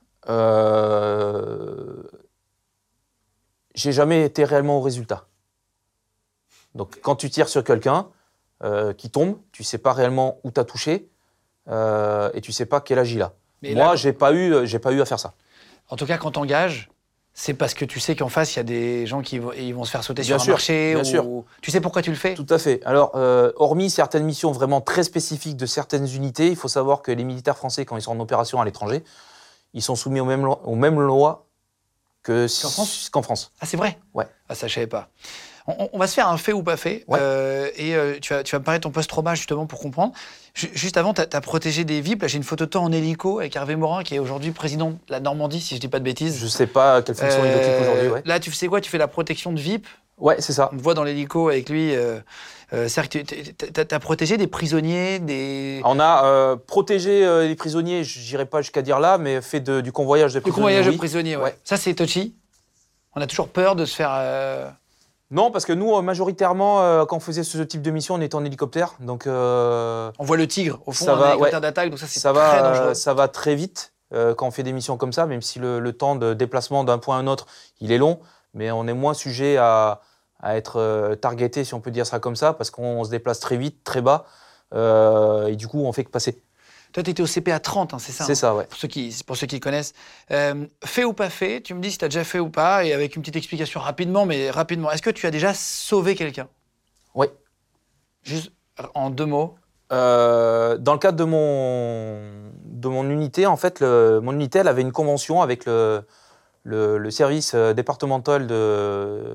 D: Euh... J'ai jamais été réellement au résultat. Donc, quand tu tires sur quelqu'un euh, qui tombe, tu sais pas réellement où t'as touché euh, et tu sais pas quel âge il a.
E: Mais
D: Moi,
E: là-
D: j'ai pas eu, j'ai pas eu à faire ça.
E: En tout cas, quand t'engages, c'est parce que tu sais qu'en face, il y a des gens qui vont, ils vont se faire sauter
D: Bien
E: sur
D: sûr,
E: un marché.
D: bien
E: ou...
D: sûr.
E: Tu sais pourquoi tu le fais ?
D: Tout à fait. Alors, euh, hormis certaines missions vraiment très spécifiques de certaines unités, il faut savoir que les militaires français, quand ils sont en opération à l'étranger, ils sont soumis aux mêmes, lo- aux mêmes lois que
E: Qu'en France
D: qu'en France.
E: Ah, c'est vrai ?
D: Ouais.
E: Ah, ça, je savais pas. On, on- on va se faire un fait ou pas fait.
D: Ouais.
E: Euh, et euh, tu, vas, tu vas me parler de ton post-trauma, justement, pour comprendre. Ju- juste avant, tu as protégé des V I P. Là, j'ai une photo de toi en hélico avec Hervé Morin, qui est aujourd'hui président de la Normandie, si je dis pas de bêtises.
D: Je sais pas quelle fonction il occupe
E: Euh,
D: aujourd'hui. Ouais,
E: Là, tu sais quoi ? Tu fais la protection de V I P.
D: ouais c'est ça.
E: On te voit dans l'hélico avec lui. euh, Euh, c'est-à-dire que tu as protégé des prisonniers, des...
D: On a euh, protégé euh, les prisonniers, je n'irai pas jusqu'à dire là, mais fait de, du convoyage de
E: Du
D: prisonniers.
E: convoyage
D: oui.
E: de prisonniers, ouais.
D: Ouais.
E: Ça, c'est touchy. On a toujours peur de se faire... Euh...
D: Non, parce que nous, majoritairement, euh, quand on faisait ce type de mission, on était en hélicoptère. Donc, euh,
E: on voit le Tigre, au fond,
D: ça
E: un
D: va,
E: hélicoptère
D: ouais.
E: d'attaque, donc ça, c'est
D: ça
E: très
D: va,
E: dangereux.
D: euh, ça va très vite euh, quand on fait des missions comme ça, même si le, le temps de déplacement d'un point à un autre, il est long. Mais on est moins sujet à, à être euh, targeté, si on peut dire ça comme ça, parce qu'on se déplace très vite, très bas. Euh, et du coup, on fait que passer.
E: Toi, tu étais au C P A trente, hein, c'est ça?
D: C'est
E: hein,
D: ça, ouais.
E: Pour ceux qui, pour ceux qui connaissent. Euh, fait ou pas fait, tu me dis si tu as déjà fait ou pas, et avec une petite explication rapidement, mais rapidement. Est-ce que tu as déjà sauvé quelqu'un?
D: Oui.
E: Juste en deux mots.
D: Euh, dans le cadre de mon, de mon unité, en fait, le, mon unité, elle avait une convention avec le, le, le service départemental de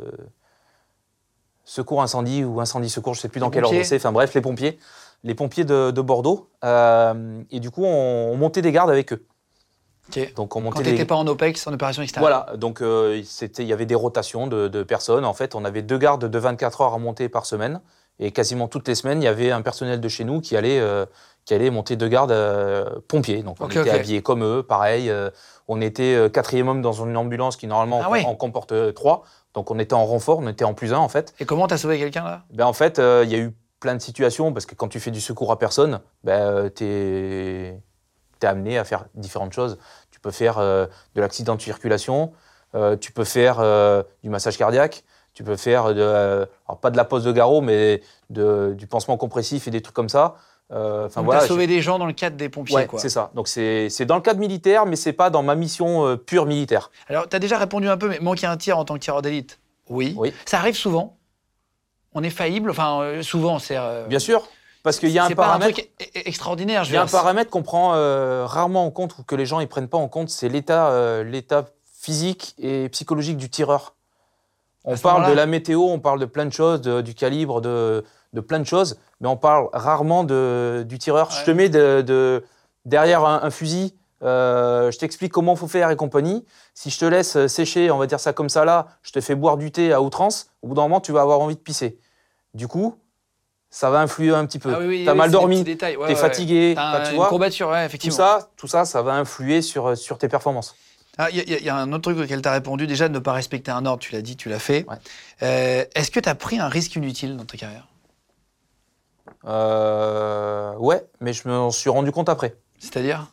D: secours incendie ou incendie secours, je ne sais plus dans
E: Les
D: quel
E: pompiers.
D: ordre c'est, enfin bref, les pompiers. Les pompiers de, de Bordeaux. Euh, et du coup, on, on montait des gardes avec eux.
E: Okay.
D: Donc, on montait
E: Quand tu
D: des...
E: n'étais pas en OPEX, en opération extérieure.
D: Voilà, donc euh, c'était, il y avait des rotations de, de personnes. En fait, on avait deux gardes de vingt-quatre heures à monter par semaine. Et quasiment toutes les semaines, il y avait un personnel de chez nous qui allait, euh, qui allait monter deux gardes euh, pompiers. Donc, on
E: okay,
D: était
E: okay.
D: habillés comme eux, pareil. Euh, on était euh, quatrième homme dans une ambulance qui, normalement,
E: ah
D: en,
E: oui.
D: en comporte euh, trois. Donc, on était en renfort, on était en plus un, en fait.
E: Et comment tu as sauvé quelqu'un, là?
D: Ben, en fait, euh, il y a eu plein de situations, parce que quand tu fais du secours à personne, ben, tu es amené à faire différentes choses. Tu peux faire euh, de l'accident de circulation, euh, tu peux faire euh, du massage cardiaque, tu peux faire, de, euh, alors pas de la pose de garrot, mais de, du pansement compressif et des trucs comme ça.
E: Euh, Donc voilà, tu as sauvé des gens dans le cadre des pompiers,
D: ouais,
E: quoi.
D: C'est ça. Donc c'est dans le cadre militaire, mais c'est pas dans ma mission euh, pure militaire.
E: Alors, tu as déjà répondu un peu, mais manquer un tir en tant que tireur d'élite, oui.
D: oui.
E: Ça arrive souvent. On est faillible, enfin, euh, souvent, c'est... Euh,
D: Bien sûr, parce qu'il y a un
E: paramètre...
D: paramètre...
E: C'est pas un truc extraordinaire, je
D: Il y a un paramètre qu'on prend euh, rarement en compte, ou que les gens ne prennent pas en compte, c'est l'état euh, l'état physique et psychologique du tireur. On parle de la météo, on parle de plein de choses, de, du calibre, de, de plein de choses, mais on parle rarement de, du tireur. Ouais. Je te mets de, de, derrière un, un fusil, euh, je t'explique comment il faut faire et compagnie. Si je te laisse sécher, on va dire ça comme ça là, je te fais boire du thé à outrance, au bout d'un moment, tu vas avoir envie de pisser. Du coup, ça va influer un petit peu.
E: Ah oui, oui,
D: tu as
E: oui,
D: mal dormi,
E: ouais,
D: tu es
E: ouais,
D: fatigué.
E: T'as
D: tu
E: une
D: vois,
E: courbature, ouais, effectivement.
D: Tout ça, tout ça, ça va influer sur, sur tes performances.
E: Il ah, y, y, y a un autre truc auquel tu as répondu, déjà de ne pas respecter un ordre, tu l'as dit, tu l'as fait.
D: Ouais.
E: Euh, Est-ce que tu as pris un risque inutile dans ta carrière?
D: euh, Ouais, mais je me suis rendu compte après.
E: C'est-à-dire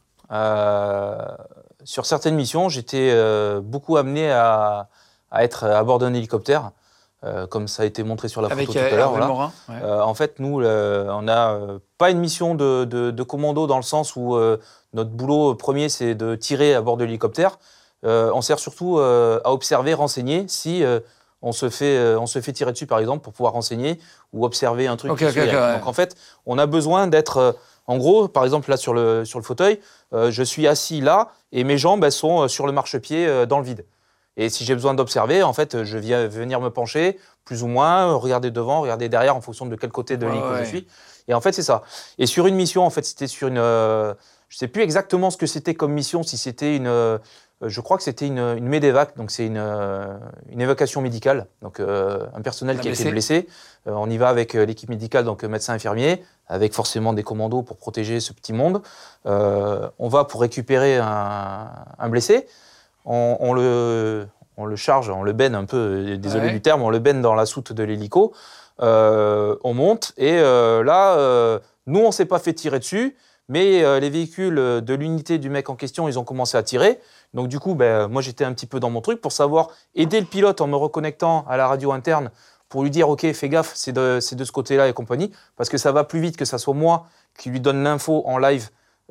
D: euh, Sur certaines missions, j'étais euh, beaucoup amené à, à être à bord d'un hélicoptère, euh, comme ça a été montré sur la
E: Avec,
D: photo
E: euh,
D: tout à l'heure. Voilà.
E: Morin, ouais.
D: euh, en fait, nous, euh, on n'a euh, pas une mission de, de, de commando dans le sens où euh, notre boulot premier, c'est de tirer à bord de l'hélicoptère. Euh, on sert surtout euh, à observer, renseigner si euh, on, se fait, euh, on se fait tirer dessus, par exemple, pour pouvoir renseigner ou observer un truc.
E: Okay, okay, okay, ouais.
D: Donc, en fait, on a besoin d'être... Euh, en gros, par exemple, là, sur le, sur le fauteuil, euh, je suis assis là et mes jambes, elles sont sur le marchepied euh, dans le vide. Et si j'ai besoin d'observer, en fait, je viens venir me pencher, plus ou moins, regarder devant, regarder derrière, en fonction de quel côté de l'hélico
E: ouais, ouais.
D: je suis. Et en fait, c'est ça. Et sur une mission, en fait, c'était sur une... Euh, je ne sais plus exactement ce que c'était comme mission, si c'était une... Euh, je crois que c'était une, une médévac, donc c'est une, euh, une évacuation médicale. Donc euh, un personnel qui a été blessé. Euh, on y va avec euh, l'équipe médicale, donc médecin infirmier, avec forcément des commandos pour protéger ce petit monde. Euh, on va pour récupérer un, un blessé. On, on, le, on le charge, on le baigne un peu, désolé
E: ouais.
D: du terme, on le baigne dans la soute de l'hélico. Euh, on monte et euh, là, euh, nous, on ne s'est pas fait tirer dessus, mais euh, les véhicules de l'unité du mec en question, ils ont commencé à tirer. Donc du coup, ben, moi, j'étais un petit peu dans mon truc pour savoir aider le pilote en me reconnectant à la radio interne pour lui dire « Ok, fais gaffe, c'est de, c'est de ce côté-là et compagnie », parce que ça va plus vite que ça soit moi qui lui donne l'info en live.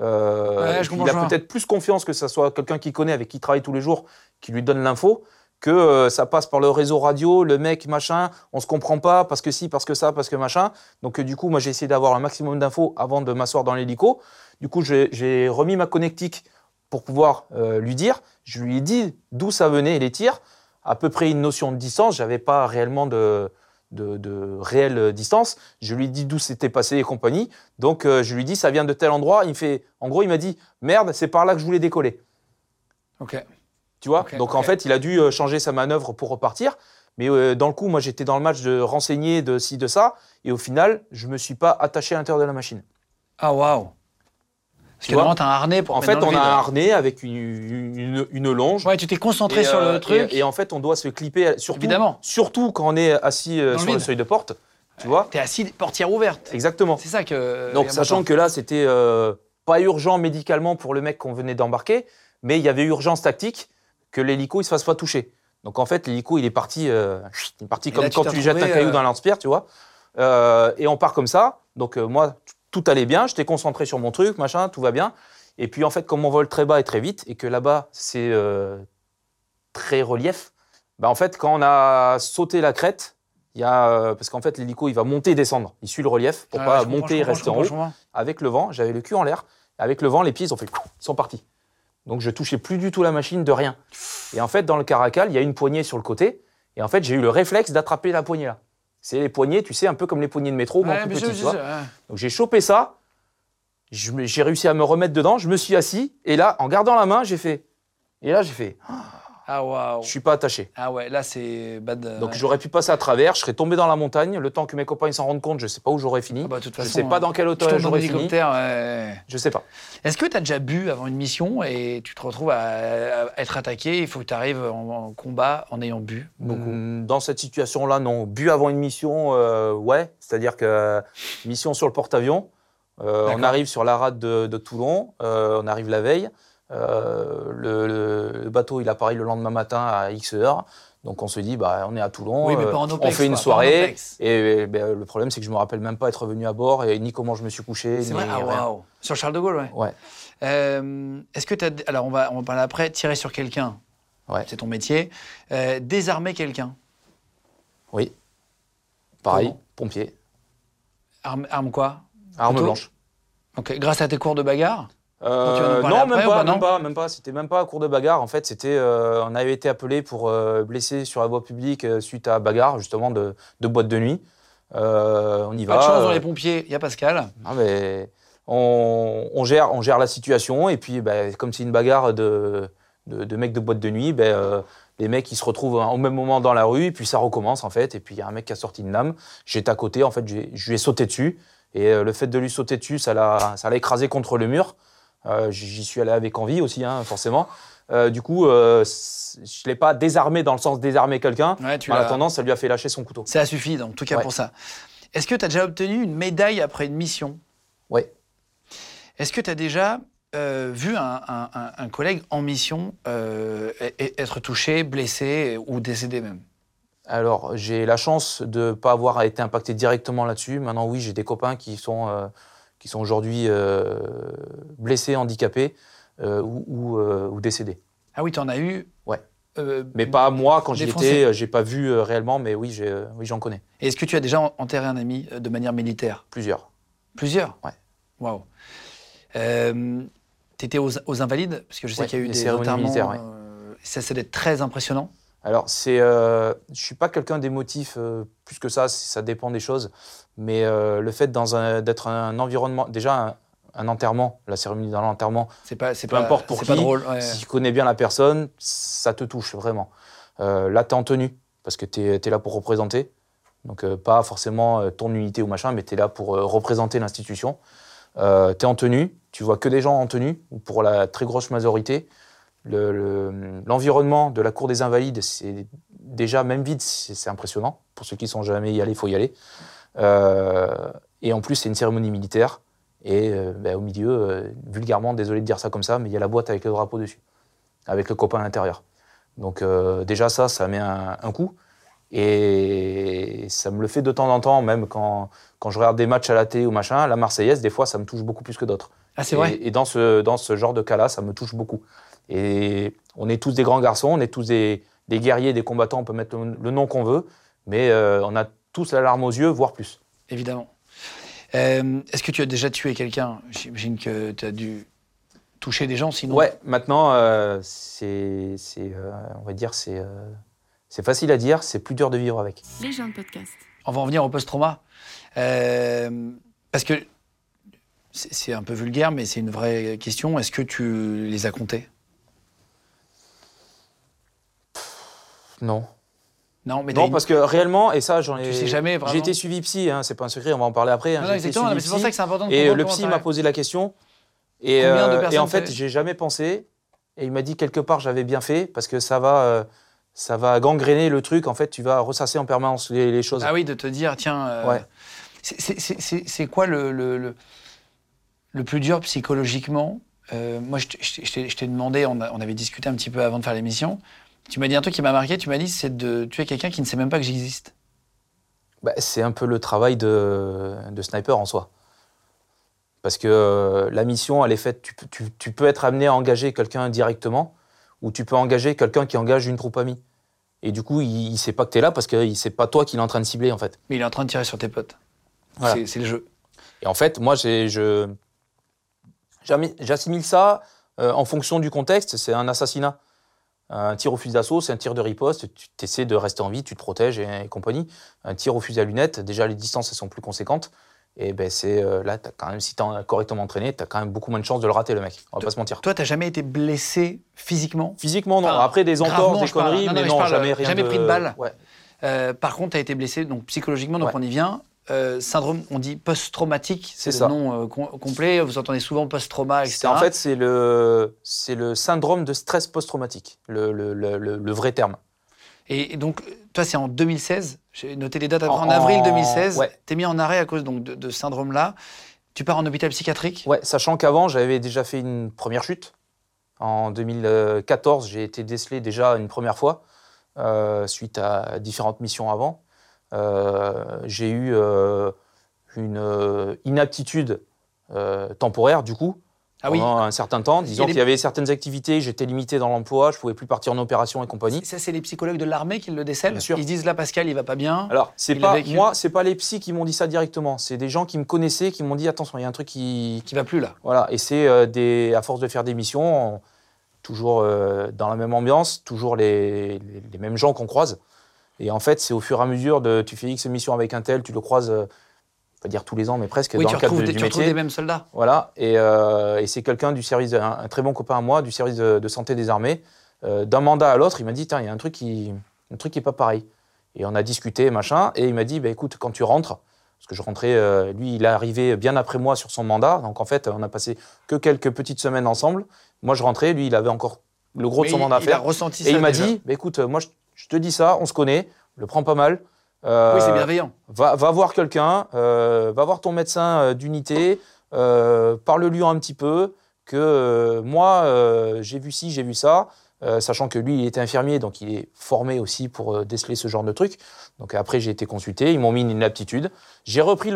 D: Euh,
E: ouais, je
D: il a peut-être plus confiance que ça soit quelqu'un qu'il connaît, avec qui il travaille tous les jours, qui lui donne l'info, que euh, ça passe par le réseau radio, le mec, machin, on se comprend pas, parce que si, parce que ça, parce que machin. Donc euh, du coup, moi, j'ai essayé d'avoir un maximum d'infos avant de m'asseoir dans l'hélico. Du coup, j'ai remis ma connectique pour pouvoir euh, lui dire. Je lui ai dit d'où ça venait les tirs, à peu près une notion de distance. J'avais pas réellement de... De, de réelle distance. Je lui ai dit d'où c'était passé et compagnie. Donc, euh, je lui ai dit, ça vient de tel endroit. Il me fait, en gros, il m'a dit, merde, c'est par là que je voulais décoller.
E: Ok.
D: Tu vois,
E: okay,
D: donc
E: okay.
D: en fait, il a dû changer sa manœuvre pour repartir. Mais euh, dans le coup, moi, j'étais dans le match de renseigner de ci, de ça. Et au final, je ne me suis pas attaché à l'intérieur de la machine.
E: Ah, waouh. Parce que normalement, tu as un harnais pour
D: En
E: mettre
D: fait,
E: dans
D: on
E: le
D: a
E: vide.
D: un harnais avec une, une, une longe.
E: Ouais, tu t'es concentré
D: et,
E: sur
D: euh,
E: le truc.
D: Et, et en fait, on doit se clipper, surtout,
E: Évidemment.
D: surtout quand on est assis euh,
E: Dans le
D: sur
E: vide.
D: le seuil de porte. Tu vois ?
E: T'es assis, portière ouverte.
D: Exactement.
E: C'est ça que.
D: Donc, sachant que là, c'était euh, pas urgent médicalement pour le mec qu'on venait d'embarquer, mais il y avait urgence tactique que l'hélico il se fasse pas toucher. Donc, en fait, l'hélico, il est parti, euh, il est parti
E: Et
D: comme
E: là, tu
D: quand
E: t'es
D: tu jettes un
E: retrouvé,
D: caillou
E: euh,
D: dans un lance-pierre, tu vois. Euh, et on part comme ça. Donc, euh, moi, t- tout allait bien. J'étais concentré sur mon truc, machin, tout va bien. Et puis, en fait, comme on vole très bas et très vite, et que là-bas, c'est euh, très relief, bah, en fait, quand on a sauté la crête, il y a, euh, parce qu'en fait, l'hélico, il va monter et descendre. Il suit le relief pour
E: Ah,
D: pas
E: je comprends,
D: monter
E: je
D: et
E: comprends,
D: rester
E: je
D: en
E: comprends,
D: haut.
E: je comprends.
D: Avec le vent, j'avais le cul en l'air. Avec le vent, les pieds, ils ont fait, ils sont partis. Donc, je touchais plus du tout la machine de rien. Et en fait, dans le caracal, il y a une poignée sur le côté. Et en fait, j'ai eu le réflexe d'attraper la poignée là. C'est les poignées, tu sais, un peu comme les poignées de métro, mais en
E: Ouais,
D: tout
E: mais
D: petit,
E: je-
D: tu
E: je-
D: vois.
E: ouais.
D: Donc, j'ai chopé ça. Je me- J'ai réussi à me remettre dedans. Je me suis assis. Et là, en gardant la main, j'ai fait. Et là, j'ai fait.
E: Ah, waouh.
D: Je suis pas attaché.
E: Ah, ouais, là, c'est bad.
D: Donc
E: ouais.
D: j'aurais pu passer à travers, je serais tombé dans la montagne, le temps que mes copains ils s'en rendent compte, je sais pas où j'aurais fini.
E: Ah bah, de toute
D: je
E: façon,
D: sais pas dans quelle
E: Tu
D: hauteur
E: tombes dans
D: j'aurais fini.
E: l'hélicoptère. ouais.
D: Je sais pas.
E: Est-ce que tu as déjà bu avant une mission et tu te retrouves à, à être attaqué? Il faut que tu arrives en, en combat en ayant bu beaucoup.
D: Mm, Dans cette situation-là, non. Bu avant une mission, euh, ouais. C'est-à-dire que euh, mission sur le porte-avions, euh, on
E: D'accord.
D: arrive sur la rade de, de Toulon, euh, on arrive la veille. Euh, le, le- le bateau, il apparaît le lendemain matin à X heures. Donc on se dit, bah, on est à Toulon,
E: Oui, mais
D: euh,
E: pas en
D: on
E: OPEX,
D: fait une
E: quoi, pas en
D: soirée.
E: OPEX.
D: Et, ben, le problème, c'est que je me rappelle même pas être revenu à bord et ni comment je me suis couché.
E: C'est
D: ni
E: vrai? Ah,
D: rien.
E: waouh. Sur Charles de Gaulle, ouais.
D: Ouais.
E: Euh, Est-ce que tu as. Alors, on va, on va parler après. Tirer sur quelqu'un,
D: Ouais.
E: c'est ton métier. Euh, désarmer quelqu'un,
D: Oui. Pareil,
E: Comment
D: pompier.
E: arme, arme quoi?
D: Arme
E: Couteau
D: blanche.
E: Ok. Grâce à tes cours de bagarre?
D: Euh,
E: tu vas nous parler
D: non,
E: après
D: même
E: ou
D: pas,
E: pas, non
D: même pas, même pas. C'était même pas un cours de bagarre. En fait, c'était, euh, on avait été appelé pour euh, blesser sur la voie publique euh, suite à bagarre, justement, de, de boîte de nuit. Euh, on y va.
E: Pas de chance dans
D: euh,
E: les pompiers. Il y a Pascal.
D: non, mais on, on gère, on gère la situation. Et puis, ben, comme c'est une bagarre de, de, de mecs de boîte de nuit, ben, euh, les mecs ils se retrouvent au même moment dans la rue. Et puis ça recommence en fait. Et puis il y a un mec qui a sorti une lame. J'étais à côté. En fait, j'ai- je lui ai sauté dessus. Et euh, le fait de lui sauter dessus, ça l'a, ça l'a écrasé contre le mur. Euh, j'y suis allé avec envie aussi, hein, forcément. Euh, du coup, euh, c- je ne l'ai pas désarmé dans le sens désarmer quelqu'un.
E: Ouais, tu
D: En
E: l'as-
D: attendant, ça lui a fait lâcher son couteau.
E: Ça suffit, en tout cas
D: Ouais.
E: pour ça. Est-ce que tu as déjà obtenu une médaille après une mission?
D: Oui.
E: Est-ce que tu as déjà euh, vu un, un- un- un collègue en mission euh, e- e- être touché, blessé ou décédé même?
D: Alors, j'ai la chance de ne pas avoir été impacté directement là-dessus. Maintenant, oui, j'ai des copains qui sont, euh, qui sont aujourd'hui euh, blessés, handicapés euh, ou, ou, euh, ou décédés.
E: Ah oui, tu en as eu?
D: Ouais.
E: euh,
D: Mais pas moi, quand j'y
E: Défoncé.
D: étais, euh, j'ai pas vu euh, réellement, mais oui, j'ai, euh, oui, j'en connais.
E: Et est-ce que tu as déjà en- enterré un ami euh, de manière militaire?
D: Plusieurs.
E: Plusieurs?
D: Ouais.
E: Waouh. Euh, tu étais aux, aux Invalides? Parce que je sais
D: Ouais,
E: qu'il y a eu
D: les
E: des
D: cérémonies
E: enterrements.
D: militaires, ouais.
E: euh, ça, c'est d'être très impressionnant.
D: Alors, c'est, euh, je suis pas quelqu'un d'émotif euh, plus que ça, c- ça dépend des choses. Mais euh, le fait dans un- d'être un environnement, déjà un, un enterrement, la cérémonie dans l'enterrement,
E: C'est pas, c'est
D: peu
E: pas,
D: importe pour
E: c'est
D: qui,
E: pas drôle. ouais.
D: si tu connais bien la personne, ça te touche vraiment. Euh, là, tu es en tenue, parce que tu es là pour représenter. Donc, euh, pas forcément euh, ton unité ou machin, mais tu es là pour euh, représenter l'institution. Euh, tu es en tenue, tu vois que des gens en tenue, ou pour la très grosse majorité. Le- le- L'environnement de la cour des Invalides, c'est déjà, même vide, c'est c'est impressionnant. Pour ceux qui ne sont jamais y allés, il faut y aller. Euh, et en plus, c'est une cérémonie militaire. Et euh, ben, au milieu, euh, vulgairement, désolé de dire ça comme ça, mais il y a la boîte avec le drapeau dessus, avec le copain à l'intérieur. Donc euh, déjà ça, ça met un, un coup. Et ça me le fait de temps en temps, même quand, quand je regarde des matchs à la télé ou machin, la Marseillaise, des fois, ça me touche beaucoup plus que d'autres.
E: Ah, c'est
D: Et,
E: vrai?
D: et dans ce, dans ce genre de cas-là, ça me touche beaucoup. Et on est tous des grands garçons, on est tous des, des guerriers, des combattants, on peut mettre le, le nom qu'on veut, mais euh, on a tous la larme aux yeux, voire plus.
E: Évidemment. Euh, Est-ce que tu as déjà tué quelqu'un? J'imagine que tu as dû toucher des gens, sinon.
D: Ouais, maintenant, euh, c'est, c'est, euh, on va dire, c'est, euh, c'est facile à dire, c'est plus dur de vivre avec.
F: Les gens de podcast.
E: On va en venir au post-trauma. Euh, parce que c'est c'est un peu vulgaire, mais c'est une vraie question. Est-ce que tu les as comptés?
D: Non.
E: Non, mais
D: Non,
E: une...
D: parce que réellement, et ça, j'en ai.
E: Tu sais jamais vraiment.
D: J'ai été suivi psy, hein, c'est pas un secret, on va en parler après. Hein,
E: Non, non, exactement, mais c'est pour ça que c'est important de
D: Et
E: comprendre
D: le
E: comment
D: psy
E: ça
D: m'a
E: arrive.
D: posé la question. Et,
E: Combien de
D: euh,
E: personnes
D: et en fait,
E: t'es-
D: j'ai jamais pensé. Et il m'a dit quelque part, j'avais bien fait, parce que ça va, euh, ça va gangréner le truc. En fait, tu vas ressasser en permanence les, les choses.
E: Ah oui, de te dire, tiens, euh,
D: Ouais.
E: c'est- c'est- c'est c'est- c'est quoi le, le, le, le plus dur psychologiquement? Euh, Moi, je t'ai- je t'ai- je t'ai je t'ai demandé, on, a- on avait discuté un petit peu avant de faire l'émission. Tu m'as dit un truc qui m'a marqué, tu m'as dit, c'est de tuer quelqu'un qui ne sait même pas que j'existe.
D: Bah, c'est un peu le travail de, de sniper en soi. Parce que euh, la mission, elle est faite, tu, peux- tu, tu peux être amené à engager quelqu'un directement, ou tu peux engager quelqu'un qui engage une troupe amie. Et du coup, il ne sait pas que tu es là parce que c'est pas toi qui est en train de cibler, en fait.
E: Mais il est en train de tirer sur tes potes.
D: Voilà.
E: C'est- C'est le jeu.
D: Et en fait, moi, j'ai, je, j'ami- j'assimile ça euh, en fonction du contexte, c'est un assassinat. Un tir au fusil d'assaut, c'est un tir de riposte, tu essaies de rester en vie, tu te protèges et, et compagnie. Un tir au fusil à lunettes, déjà les distances elles sont plus conséquentes. Et ben c'est euh, là, t'as quand même, si tu es correctement entraîné, tu as quand même beaucoup moins de chances de le rater, le mec. On va pas se mentir.
E: Toi, t'as jamais été blessé physiquement?
D: Physiquement, non.
E: Enfin,
D: Après, des entorses,
E: gravement,
D: des
E: je parle.
D: conneries,
E: Non, non,
D: mais
E: mais je
D: non,
E: parle,
D: jamais rien
E: jamais
D: de...
E: pris de balle.
D: Ouais.
E: Euh, par contre, tu as été blessé, donc psychologiquement, donc
D: Ouais.
E: on y vient. Euh, syndrome, on dit post-traumatique, c'est,
D: C'est
E: le
D: ça.
E: nom euh, com- complet. Vous entendez souvent post-trauma, et
D: C'est-
E: cetera.
D: en fait, c'est le, c'est le syndrome de stress post-traumatique, le, le, le, le- le vrai terme.
E: Et, et donc, toi, c'est en deux mille seize. J'ai noté les dates après. En,
D: En-
E: avril deux mille seize,
D: ouais.
E: tu es mis en arrêt à cause donc, de, de ce syndrome-là. Tu pars en hôpital psychiatrique.
D: Ouais, sachant qu'avant, j'avais déjà fait une première chute. En deux mille quatorze, j'ai été décelé déjà une première fois, euh, suite à différentes missions avant. Euh, j'ai eu euh, une euh, inaptitude euh, temporaire, du coup,
E: Ah oui.
D: pendant un certain temps.
E: Il y a
D: Disons
E: des-
D: qu'il y avait certaines activités, j'étais limité dans l'emploi, je ne pouvais plus partir en opération et compagnie.
E: Ça, c'est les psychologues de l'armée qui le décèlent.
D: Bien sûr.
E: Ils disent là, Pascal, il va pas bien.
D: Alors, c'est
E: Il a
D: pas
E: vécu.
D: moi, c'est pas les psys qui m'ont dit ça directement. C'est des gens qui me connaissaient, qui m'ont dit attention, il y a un truc qui,
E: Qui va plus là.
D: voilà. Et c'est euh, des, à force de faire des missions, on- toujours euh, dans la même ambiance, toujours les, les, les mêmes gens qu'on croise. Et en fait, c'est au fur et à mesure de, tu fais X missions avec un tel, tu le croises, euh, pas dire tous les ans, mais presque
E: Oui,
D: dans
E: tu
D: le cadre
E: retrouves,
D: de-
E: des,
D: du
E: tu retrouves
D: métier.
E: des mêmes soldats.
D: Voilà. Et, euh, et c'est quelqu'un du service, un, un très bon copain à moi, du service de, de santé des armées. Euh, d'un mandat à l'autre, il m'a dit tiens, il y a un truc qui, un truc qui est pas pareil. Et on a discuté, machin, et il m'a dit bah, écoute, quand tu rentres, parce que je rentrais, euh, lui, il est arrivé bien après moi sur son mandat, donc en fait, on a passé que quelques petites semaines ensemble. Moi, je rentrais, lui, il avait encore le gros
E: Mais
D: de son
E: il-
D: mandat à
E: il
D: faire.
E: a ressenti
D: Et
E: ça
D: il m'a
E: déjà.
D: dit bah, écoute, moi, je, je te dis ça, on se connaît, le prends pas mal. Euh,
E: Oui, c'est bienveillant.
D: Va, va voir quelqu'un, euh, va voir ton médecin euh, d'unité, euh, parle-lui un petit peu, que euh, moi, euh, j'ai vu ci, j'ai vu ça, euh, sachant que lui, il était infirmier, donc il est formé aussi pour euh, déceler ce genre de trucs. Donc après, j'ai été consulté, ils m'ont mis une inaptitude. J'ai repris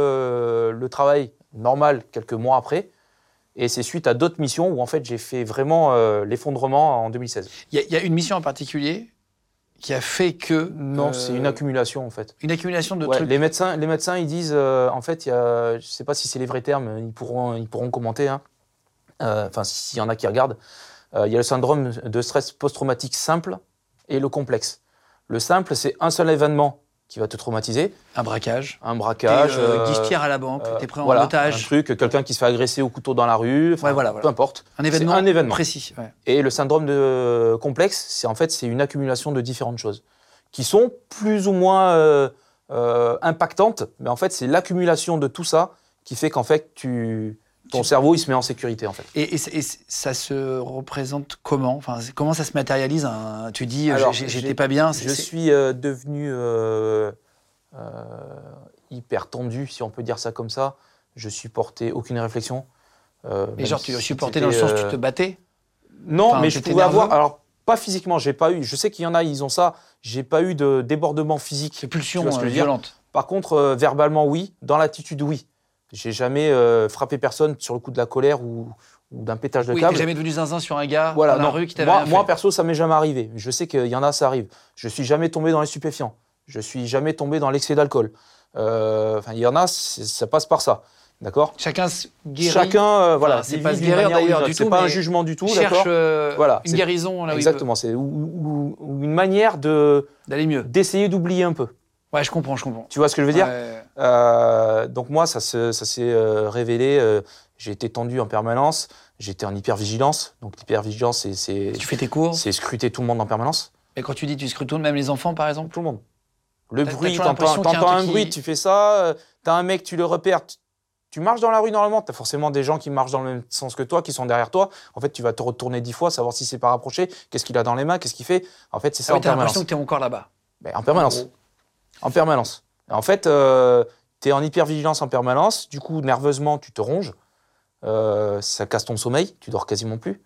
D: le, le travail normal quelques mois après, et c'est suite à d'autres missions où en fait, j'ai fait vraiment euh, l'effondrement en deux mille seize.
E: Il y, a- il y a une mission en particulier qui a fait que.
D: Non,
E: euh,
D: c'est une accumulation en fait.
E: Une accumulation de
D: Ouais,
E: trucs.
D: les médecins, les médecins, ils disent, euh, en fait, il y a, je ne sais pas si c'est les vrais termes, ils pourront, ils pourront commenter. Hein. Euh, Enfin, s'il y en a qui regardent, Euh, il y a le syndrome de stress post-traumatique simple et le complexe. Le simple, c'est un seul événement qui va te traumatiser,
E: Un braquage.
D: un
E: T'es
D: braquage,
E: euh,
D: euh,
E: guichetière à la banque,
D: euh,
E: t'es pris en
D: voilà, un
E: otage.
D: truc, quelqu'un qui se fait agresser au couteau dans la rue, enfin,
E: Ouais, voilà, voilà.
D: peu importe.
E: Un événement,
D: C'est un événement.
E: précis. Ouais.
D: Et le syndrome de complexe, c'est en fait c'est une accumulation de différentes choses qui sont plus ou moins euh, euh, impactantes, mais en fait c'est l'accumulation de tout ça qui fait qu'en fait tu, ton
E: Tu-
D: cerveau il se met en sécurité en fait.
E: Et, et c- et c- ça se représente comment? Enfin, c'est- comment ça se matérialise un- Tu dis,
D: Alors,
E: j'ai-
D: j'ai-
E: j'étais pas bien. c'est-
D: Je
E: c'est-
D: suis euh, devenu euh, euh, hyper tendu, si on peut dire ça comme ça. Je supportais aucune réflexion. Euh,
E: Et
D: même
E: genre, tu
D: si
E: supportais dans le
D: c'était,
E: sens où tu
D: euh,
E: te battais?
D: Non,
E: Enfin,
D: mais je
E: t'étais
D: pouvais
E: nerveux
D: avoir. Alors, pas physiquement, j'ai pas eu. Je sais qu'il y en a, ils ont ça. J'ai pas eu de débordement physique.
E: Ces pulsions
D: Tu vois ce que
E: euh,
D: je veux dire
E: violentes.
D: Par contre, euh, verbalement, oui. Dans l'attitude, oui. J'ai jamais euh, frappé personne sur le coup de la colère ou, ou d'un pétage de
E: Oui,
D: câble.
E: t'es jamais devenu zinzin sur un gars
D: Voilà,
E: dans la
D: non.
E: rue qui t'avait
D: moi,
E: rien
D: moi,
E: fait.
D: perso, ça m'est jamais arrivé. Je sais qu'il y en a, ça arrive. Je suis jamais tombé dans les stupéfiants. Je suis jamais tombé dans l'excès d'alcool. Euh, Enfin, il y en a, c'est- ça passe par ça. D'accord.
E: Chacun se guérit.
D: Chacun, euh, voilà,
E: Enfin, c'est
D: vit
E: pas se
D: d'une
E: guérir
D: manière ou
E: d'ailleurs
D: d'une
E: du
D: autre. C'est
E: tout,
D: pas un
E: mais
D: jugement du tout,
E: cherche
D: d'accord.
E: euh,
D: Voilà,
E: une
D: c'est-
E: guérison là où il
D: Exactement. C'est ou, ou- ou une manière de
E: peut d'aller mieux.
D: d'essayer d'oublier un peu.
E: Ouais, je comprends, je comprends.
D: Tu vois ce que je veux dire?
E: Ouais.
D: Euh, donc moi, ça, se- ça s'est euh, révélé. euh, j'ai été tendu en permanence. J'étais en hypervigilance. Donc l'hypervigilance, c'est c'est
E: Tu fais tes cours.
D: c'est scruter tout le monde en permanence.
E: Et quand tu dis tu scrutes tout, même les enfants, par exemple?
D: Tout le monde. Le
E: T'as-
D: bruit,
E: t'as toujours
D: t'entends,
E: l'impression qu'il y a un
D: t'entends un,
E: truc
D: bruit,
E: qui-
D: tu fais ça, euh, t'as un mec, tu le repères, tu, tu marches dans la rue normalement, t'as forcément des gens qui marchent dans le même sens que toi, qui sont derrière toi. En fait, tu vas te retourner dix fois, savoir si c'est pas rapproché, qu'est-ce qu'il a dans les mains, qu'est-ce qu'il fait. En fait, c'est ça
E: Ah oui,
D: en
E: t'as l'impression
D: permanence.
E: que t'es encore là-bas.
D: Mais en permanence.
E: En gros.
D: En permanence. En fait, euh, tu es en hypervigilance en permanence. Du coup, nerveusement, tu te ronges. Euh, ça casse ton sommeil. Tu dors quasiment plus.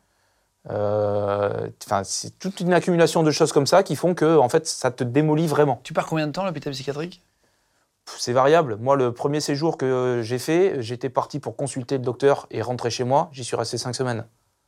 D: Euh, c'est toute une accumulation de choses comme ça qui font que en fait, ça te démolit vraiment.
E: Tu pars combien de temps à l'hôpital psychiatrique?
D: C'est variable. Moi, le premier séjour que j'ai fait, j'étais parti pour consulter le docteur et rentrer chez moi. J'y suis resté cinq semaines.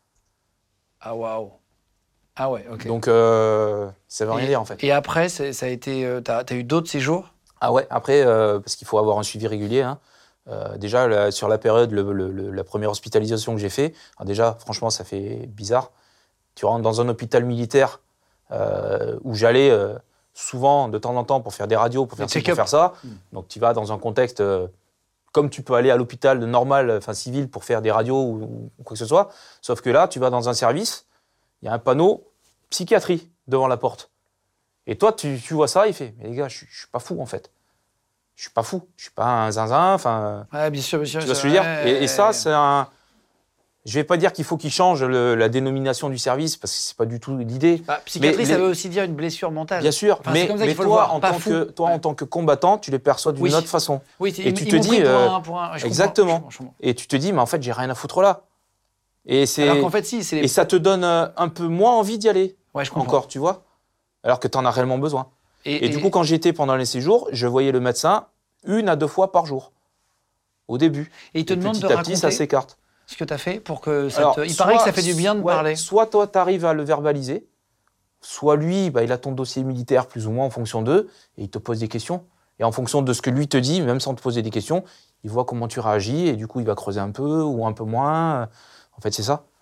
E: Ah waouh. Ah ouais, ok.
D: Donc, euh, ça veut rien
E: et,
D: dire en fait.
E: Et après, c'est- ça a été, euh, t'as, t'as eu d'autres séjours?
D: Ah ouais, après, euh, parce qu'il faut avoir un suivi régulier. Hein. Euh, déjà, la, sur la période, le, le, le, la première hospitalisation que j'ai fait, alors déjà, franchement, ça fait bizarre. Tu rentres dans un hôpital militaire euh, où j'allais euh, souvent, de temps en temps, pour faire des radios, pour faire ci, pour faire ça. Mm. Donc, tu vas dans un contexte euh, comme tu peux aller à l'hôpital normal, enfin civil, pour faire des radios ou, ou quoi que ce soit. Sauf que là, tu vas dans un service, il y a un panneau psychiatrie devant la porte. Et toi, tu, tu vois ça, il fait, mais les gars, je ne suis pas fou, en fait. Je suis pas fou, je suis pas un zinzin, enfin...
E: Ouais, bien sûr, bien sûr.
D: Tu vois ce que je veux dire et, et ça, c'est un... Je vais pas dire qu'il faut qu'il change le, la dénomination du service, parce que c'est pas du tout l'idée.
E: Bah, psychiatrie,
D: mais,
E: ça
D: les...
E: veut aussi dire une blessure mentale.
D: Bien sûr,
E: enfin,
D: mais, mais toi, en tant, que, toi
E: ouais.
D: en tant que combattant, tu les perçois d'une
E: oui.
D: autre façon.
E: Oui,
D: et
E: ils,
D: tu
E: ils
D: te dis...
E: Pour
D: euh,
E: un, pour un, je
D: exactement.
E: comprends, je comprends.
D: Et tu te dis, mais en fait, j'ai rien à foutre là. Et, c'est...
E: Alors qu'en fait, si, c'est les...
D: et ça te donne un peu moins envie d'y aller,
E: ouais, je comprends.
D: encore, tu vois, alors que tu en as réellement besoin. Et, et, et du coup, quand j'y étais pendant les séjours, je voyais le médecin une à deux fois par jour, au début.
E: Et il te
D: et
E: demande
D: petit
E: de
D: à
E: raconter
D: petit, ça s'écarte.
E: Ce que tu as fait pour que ça
D: Alors,
E: te... Il
D: soit,
E: paraît que ça fait du bien de
D: ouais,
E: parler.
D: Soit toi, tu arrives à le verbaliser, soit lui, bah, il a ton dossier militaire plus ou moins en fonction d'eux, et il te pose des questions. Et en fonction de ce que lui te dit, même sans te poser des questions, il voit comment tu réagis, et du coup, il va creuser un peu ou un peu moins. En fait, c'est ça.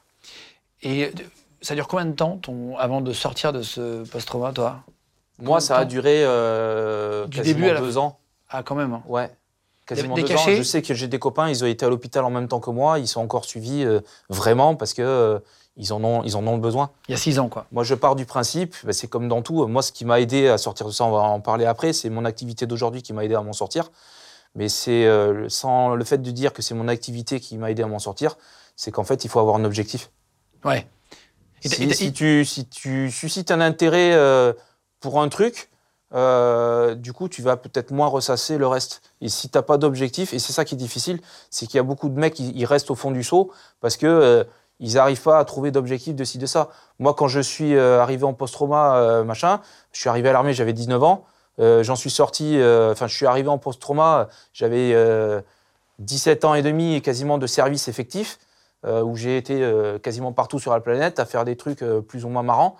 E: Et ça dure combien de temps ton... avant de sortir de ce post-trauma, toi?
D: Moi, ça a duré euh,
E: du
D: quasiment
E: début à la...
D: deux ans.
E: Ah, quand même. Hein.
D: Ouais, quasiment
E: des
D: deux
E: cachets?
D: ans. Je sais que j'ai des copains, ils ont été à l'hôpital en même temps que moi, ils sont encore suivis euh, vraiment parce que euh, ils en ont, ils en ont besoin.
E: Il y a six ans, quoi.
D: Moi, je pars du principe, bah, c'est comme dans tout. Moi, ce qui m'a aidé à sortir de ça, on va en parler après, c'est mon activité d'aujourd'hui qui m'a aidé à m'en sortir. Mais c'est euh, sans le fait de dire que c'est mon activité qui m'a aidé à m'en sortir, c'est qu'en fait, il faut avoir un objectif.
E: Ouais.
D: Si, et si, tu, si tu suscites un intérêt euh, pour un truc, euh, du coup, tu vas peut-être moins ressasser le reste. Et si tu n'as pas d'objectif, et c'est ça qui est difficile, c'est qu'il y a beaucoup de mecs qui ils restent au fond du seau parce qu'ils euh, n'arrivent pas à trouver d'objectif de ci, de ça. Moi, quand je suis euh, arrivé en post-trauma, euh, machin, je suis arrivé à l'armée, j'avais dix-neuf ans. Euh, j'en suis sorti, enfin, euh, je suis arrivé en post-trauma, j'avais euh, dix-sept ans et demi et quasiment de service effectif. Euh, où j'ai été euh, quasiment partout sur la planète à faire des trucs euh, plus ou moins marrants.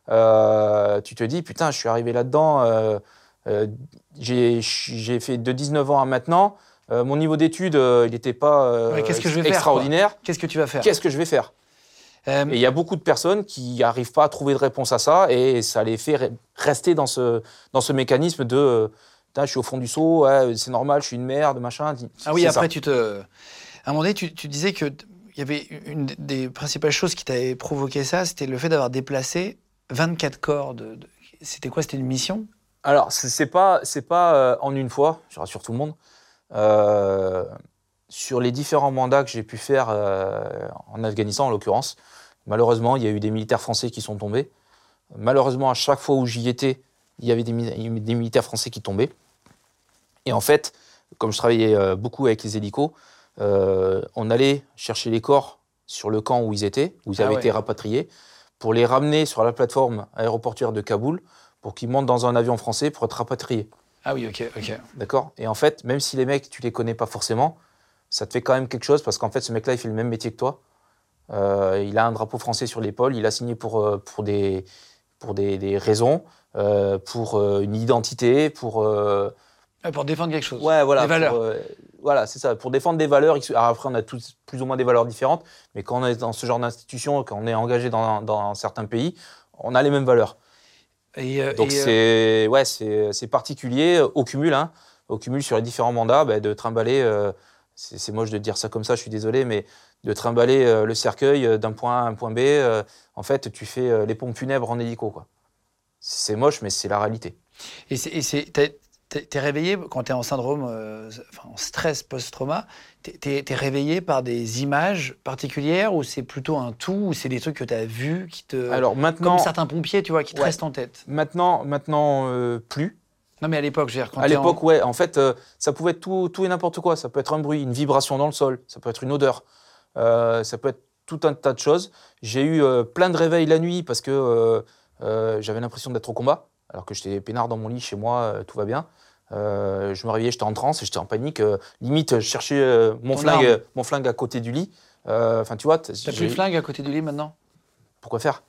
D: Euh, tu te dis, putain, je suis arrivé là-dedans, euh, euh, j'ai, j'ai fait de dix-neuf ans à maintenant, euh, mon niveau d'études, euh, il n'était pas euh,
E: ouais, qu'est-ce que je vais
D: extraordinaire.
E: Faire, qu'est-ce que tu vas faire
D: Qu'est-ce que je vais faire euh... Et il y a beaucoup de personnes qui n'arrivent pas à trouver de réponse à ça et ça les fait re- rester dans ce, dans ce mécanisme de euh, putain, je suis au fond du seau, ouais, c'est normal, je suis une merde, machin.
E: Ah oui, après, ça. tu te... À un moment donné, tu, tu disais que il y avait une des principales choses qui t'avait provoqué ça, c'était le fait d'avoir déplacé vingt-quatre corps. De, de... C'était quoi? C'était une mission?
D: Alors, c'est, c'est pas, c'est pas euh, en une fois, je rassure tout le monde. Euh, sur les différents mandats que j'ai pu faire euh, en Afghanistan, en l'occurrence, malheureusement, il y a eu des militaires français qui sont tombés. Malheureusement, à chaque fois où j'y étais, il y avait des, des militaires français qui tombaient. Et en fait, comme je travaillais euh, beaucoup avec les hélicos, Euh, on allait chercher les corps sur le camp où ils étaient, où ils avaient ah ouais. été rapatriés, pour les ramener sur la plateforme aéroportuaire de Kaboul, pour qu'ils montent dans un avion français pour être rapatriés.
E: Ah oui, ok, ok.
D: D'accord. Et en fait, même si les mecs, tu les connais pas forcément, ça te fait quand même quelque chose, parce qu'en fait, ce mec-là, il fait le même métier que toi. Euh, il a un drapeau français sur l'épaule, il a signé pour, pour, des, pour des, des raisons, euh, pour une identité, pour... Euh,
E: ouais, pour défendre quelque chose.
D: Ouais, voilà.
E: Des valeurs.
D: Pour, euh, Voilà, c'est ça, pour défendre des valeurs. Alors après, on a tous plus ou moins des valeurs différentes, mais quand on est dans ce genre d'institution, quand on est engagé dans, dans certains pays, on a les mêmes valeurs.
E: Et euh,
D: Donc
E: et
D: c'est, euh... ouais, c'est, c'est particulier, au cumul, hein, au cumul sur les différents mandats, bah, de trimballer, euh, c'est, c'est moche de dire ça comme ça, je suis désolé, mais de trimballer euh, le cercueil d'un point A à un point B, euh, en fait, tu fais euh, les pompes funèbres en hélico, quoi. C'est moche, mais c'est la réalité.
E: Et c'est, et c'est, t'es, t'es, t'es réveillé quand t'es en syndrome, euh, enfin, en stress post-trauma, t'es, t'es, t'es réveillé par des images particulières ou c'est plutôt un tout, ou c'est des trucs que t'as vus qui te...
D: Alors maintenant...
E: Comme certains pompiers, tu vois, qui te
D: Ouais.
E: restent en tête.
D: Maintenant, maintenant euh, plus.
E: Non, mais à l'époque, je veux dire, quand
D: À
E: t'es
D: l'époque,
E: en...
D: ouais. En fait, euh, ça pouvait être tout, tout et n'importe quoi. Ça peut être un bruit, une vibration dans le sol, ça peut être une odeur, euh, ça peut être tout un tas de choses. J'ai eu euh, plein de réveils la nuit parce que euh, euh, j'avais l'impression d'être au combat, alors que j'étais peinard dans mon lit chez moi, euh, tout va bien. Euh, je me réveillais, j'étais en transe, j'étais en panique. Euh, limite, je cherchais euh, mon,
E: Ton
D: flingue,
E: arme.
D: mon flingue à côté du lit. Enfin, tu vois.
E: T'as plus de flingue à côté du lit maintenant?
D: Pourquoi faire?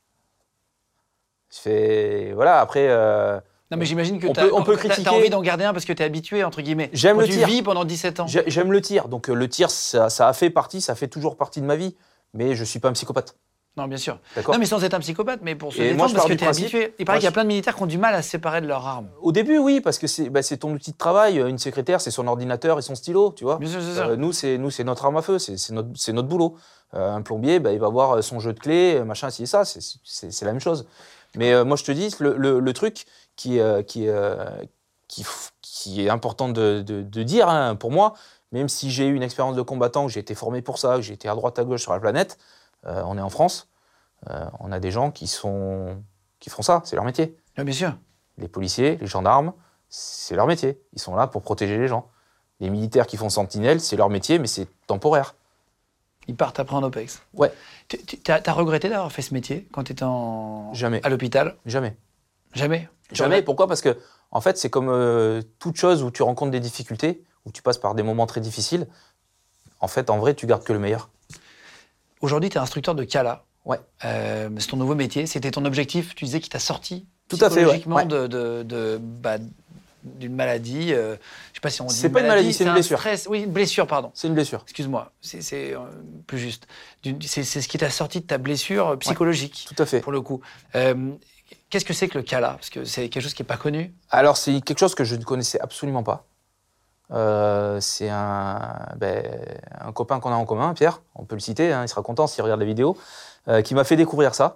D: Je fais... Voilà, après... Euh...
E: Non, mais j'imagine que
D: On
E: t'as,
D: peut- on peut
E: t'as-
D: critiquer.
E: t'as envie d'en garder un parce que t'es habitué, entre guillemets.
D: J'aime
E: Quand
D: le
E: tu
D: tir.
E: vis pendant dix-sept ans.
D: J'ai- J'aime le tir, donc euh, le tir, ça, ça a fait partie, ça fait toujours partie de ma vie, mais je ne suis pas un psychopathe.
E: Non, bien sûr.
D: D'accord.
E: Non, mais sans être un psychopathe, mais pour se
D: Et
E: défendre,
D: moi, je
E: parce
D: pars
E: que
D: du
E: t'es
D: principe-
E: habitué. Il paraît
D: moi,
E: qu'il y a
D: je-
E: plein de militaires qui ont du mal à se séparer de leurs armes.
D: Au début, oui, parce que c'est bah, c'est ton outil de travail. Une secrétaire, c'est son ordinateur et son stylo, tu vois.
E: Bien sûr, c'est ça.
D: Euh, nous, c'est nous, c'est notre arme à feu, c'est c'est notre, c'est notre boulot. Euh, un plombier, bah, il va avoir son jeu de clés, machin, ci et ça, c'est c'est- c'est la même chose. Mais euh, moi, je te dis, le, le, le truc qui, euh, qui, euh, qui, f- qui est important de, de, de dire, hein, pour moi, même si j'ai eu une expérience de combattant, que j'ai été formé pour ça, que j'ai été à droite à gauche sur la planète, euh, on est en France, euh, on a des gens qui, sont, qui font ça, c'est leur métier.
E: Ah, bien sûr.
D: Les policiers, les gendarmes, c'est leur métier. Ils sont là pour protéger les gens. Les militaires qui font sentinelle, c'est leur métier, mais c'est temporaire.
E: Ils partent après en OPEX.
D: Ouais.
E: Tu- tu- T'as t'as regretté d'avoir fait ce métier quand t'étais en...
D: Jamais.
E: à l'hôpital?
D: Jamais.
E: Jamais? Tu
D: Jamais.
E: regrettes?
D: Pourquoi? Parce que, en fait, c'est comme euh, toute chose où tu rencontres des difficultés, où tu passes par des moments très difficiles. En fait, en vrai, tu gardes que le meilleur.
E: Aujourd'hui, t'es instructeur de Kala.
D: Ouais.
E: Euh, c'est ton nouveau métier. C'était ton objectif. Tu disais qu'il t'a sorti
D: Tout à fait, ouais.
E: psychologiquement
D: Ouais.
E: de, de, de- bah, d'une maladie. euh, je sais pas si on dit
D: C'est pas une maladie, c'est une
E: un
D: blessure.
E: stress. Oui, une blessure, pardon.
D: C'est une blessure.
E: Excuse-moi, c'est, c'est euh, plus juste. D'une- C'est, c'est ce qui t'a sorti de ta blessure euh, psychologique,
D: Tout à fait.
E: pour le coup. Euh, qu'est-ce que c'est que le Kala? Parce que c'est quelque chose qui n'est pas connu.
D: Alors, c'est quelque chose que je ne connaissais absolument pas. Euh, c'est un, ben, un copain qu'on a en commun, Pierre, on peut le citer, hein, il sera content s'il regarde la vidéo, euh, qui m'a fait découvrir ça.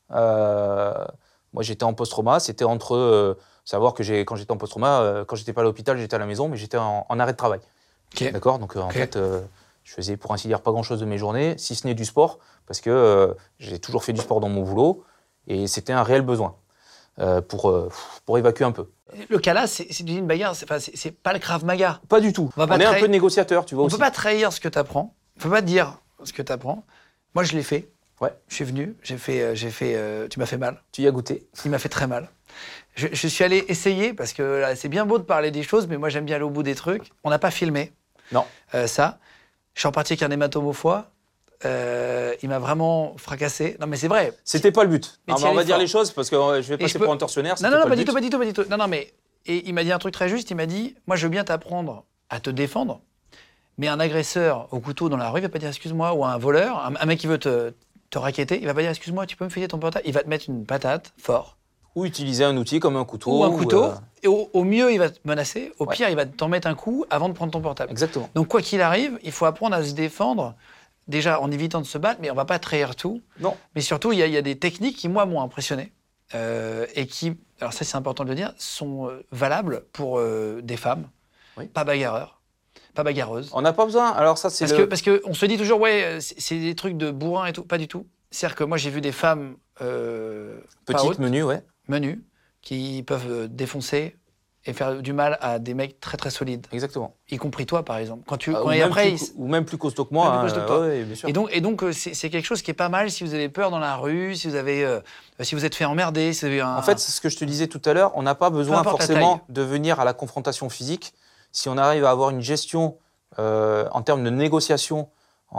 D: Euh, moi, j'étais en post-trauma, c'était entre... Euh, savoir que j'ai, quand j'étais en post-trauma, euh, quand j'étais pas à l'hôpital, j'étais à la maison, mais j'étais en, en arrêt de travail.
E: Ok.
D: D'accord. Donc, euh, en
E: Ok.
D: fait, euh, je faisais pour ainsi dire pas grand-chose de mes journées, si ce n'est du sport, parce que euh, j'ai toujours fait du sport dans mon boulot, et c'était un réel besoin euh, pour, euh, pour évacuer un peu.
E: Le Kala, c'est, c'est une bagarre, c'est, enfin, c'est, c'est pas le Krav Maga.
D: Pas du tout.
E: On va
D: On,
E: pas
D: est un
E: trahi-
D: peu négociateur, tu vois
E: On
D: aussi.
E: peut pas trahir ce que tu apprends. On peut pas dire ce que tu apprends. Moi, je l'ai fait.
D: Ouais.
E: Je suis venu, j'ai fait, euh, j'ai fait euh, tu m'as fait mal.
D: Tu y as goûté.
E: Il m'a fait très mal. Je, je suis allé essayer, parce que là, c'est bien beau de parler des choses, mais moi, j'aime bien aller au bout des trucs. On n'a pas filmé
D: Non.
E: euh, ça. Je suis reparti avec un hématome au foie. Euh, il m'a vraiment fracassé. Non, mais c'est vrai.
D: C'était pas le but.
E: Mais
D: Non,
E: t'y
D: mais on
E: allais
D: va dire
E: fort.
D: les choses parce que euh, je vais
E: Et
D: passer
E: je peux-
D: pour un tortionnaire.
E: Non,
D: c'était
E: non, non,
D: pas
E: pas
D: le
E: du tout,
D: but.
E: pas du tout, pas du tout. Non, non, mais et il m'a dit un truc très juste. Il m'a dit, moi, je veux bien t'apprendre à te défendre, mais un agresseur au couteau dans la rue, il va pas dire excuse-moi, ou un voleur, un, un mec qui veut te, te raqueter, il va pas dire excuse-moi, tu peux me filer ton portable. Il va te mettre une patate fort.
D: Ou utiliser un outil comme un couteau.
E: Ou un couteau,
D: euh,
E: et au, au mieux, il va te menacer, au
D: Ouais.
E: pire, il va t'en mettre un coup avant de prendre ton portable.
D: Exactement.
E: Donc, quoi qu'il arrive, il faut apprendre à se défendre, déjà en évitant de se battre, mais on va pas trahir tout.
D: Non.
E: Mais surtout, il y, a- il y a des techniques qui, moi, m'ont impressionné, euh, et qui, alors ça, c'est important de le dire, sont euh, valables pour euh, des femmes,
D: Oui.
E: pas bagarreurs, pas bagarreuses.
D: On n'a pas besoin. Alors ça, c'est
E: Parce
D: le.
E: que parce que on se dit toujours, ouais, euh, c'est c'est des trucs de bourrin et tout, pas du tout. C'est-à-dire que moi, j'ai vu des femmes euh, pas
D: Petite
E: hautes,
D: menu, ouais.
E: menues, qui peuvent euh, défoncer et faire du mal à des mecs très très solides,
D: Exactement.
E: y compris toi par exemple. Quand tu,
D: Ah,
E: quand
D: ou,
E: et
D: même
E: après,
D: plus,
E: ils-
D: ou même plus costaud que moi.
E: Même plus
D: hein,
E: costaud que toi.
D: ouais, bien sûr.
E: et donc et donc euh, c'est c'est quelque chose qui est pas mal si vous avez peur dans la rue, si vous avez euh, si vous êtes fait emmerder, si vous avez un.
D: En fait, c'est ce que je te disais tout à l'heure, on n'a pas besoin
E: importe la
D: forcément
E: taille.
D: de venir à la confrontation physique. Si on arrive à avoir une gestion euh, en termes de négociation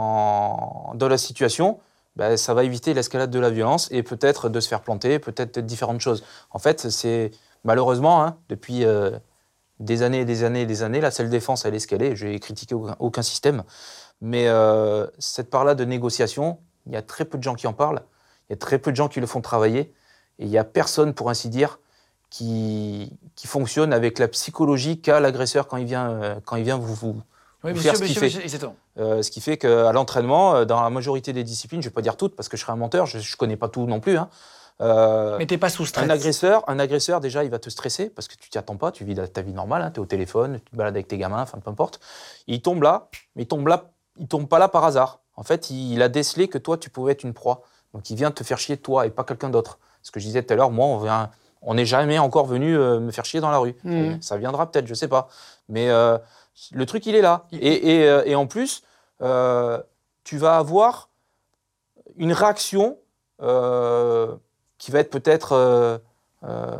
D: en, dans la situation, ben, ça va éviter l'escalade de la violence et peut-être de se faire planter, peut-être différentes choses. En fait, c'est malheureusement, hein, depuis euh, des années et des années et des années, la self-défense, elle est escalée. Je n'ai critiqué aucun, aucun système. Mais euh, cette part-là de négociation, il y a très peu de gens qui en parlent. Il y a très peu de gens qui le font travailler. Et il n'y a personne, pour ainsi dire, qui, qui fonctionne avec la psychologie qu'a l'agresseur quand il vient, euh, quand il vient vous, vous,
E: oui,
D: vous
E: bien
D: faire
E: sûr,
D: ce
E: bien
D: qu'il
E: sûr,
D: fait.
E: bien sûr, exactement.
D: Euh, ce qui fait qu'à l'entraînement, euh, dans la majorité des disciplines, je ne vais pas dire toutes parce que je serais un menteur, je ne connais pas tout non plus, hein, Euh,
E: Mais t'es pas sous stress.
D: Un agresseur, un agresseur, déjà, il va te stresser parce que tu t'y attends pas, tu vis ta vie normale, hein, tu es au téléphone, tu te balades avec tes gamins, enfin peu importe. Il tombe là, mais il tombe là, il tombe pas là par hasard. En fait, il, il a décelé que toi, tu pouvais être une proie. Donc, il vient te faire chier toi et pas quelqu'un d'autre. Ce que je disais tout à l'heure, moi, on vient, on n'est jamais encore venu euh, me faire chier dans la rue.
E: Mmh.
D: Ça viendra peut-être, je sais pas. Mais euh, le truc, il est là. Et, et, euh, et en plus, euh, tu vas avoir une réaction euh, qui va être peut-être... Euh, euh,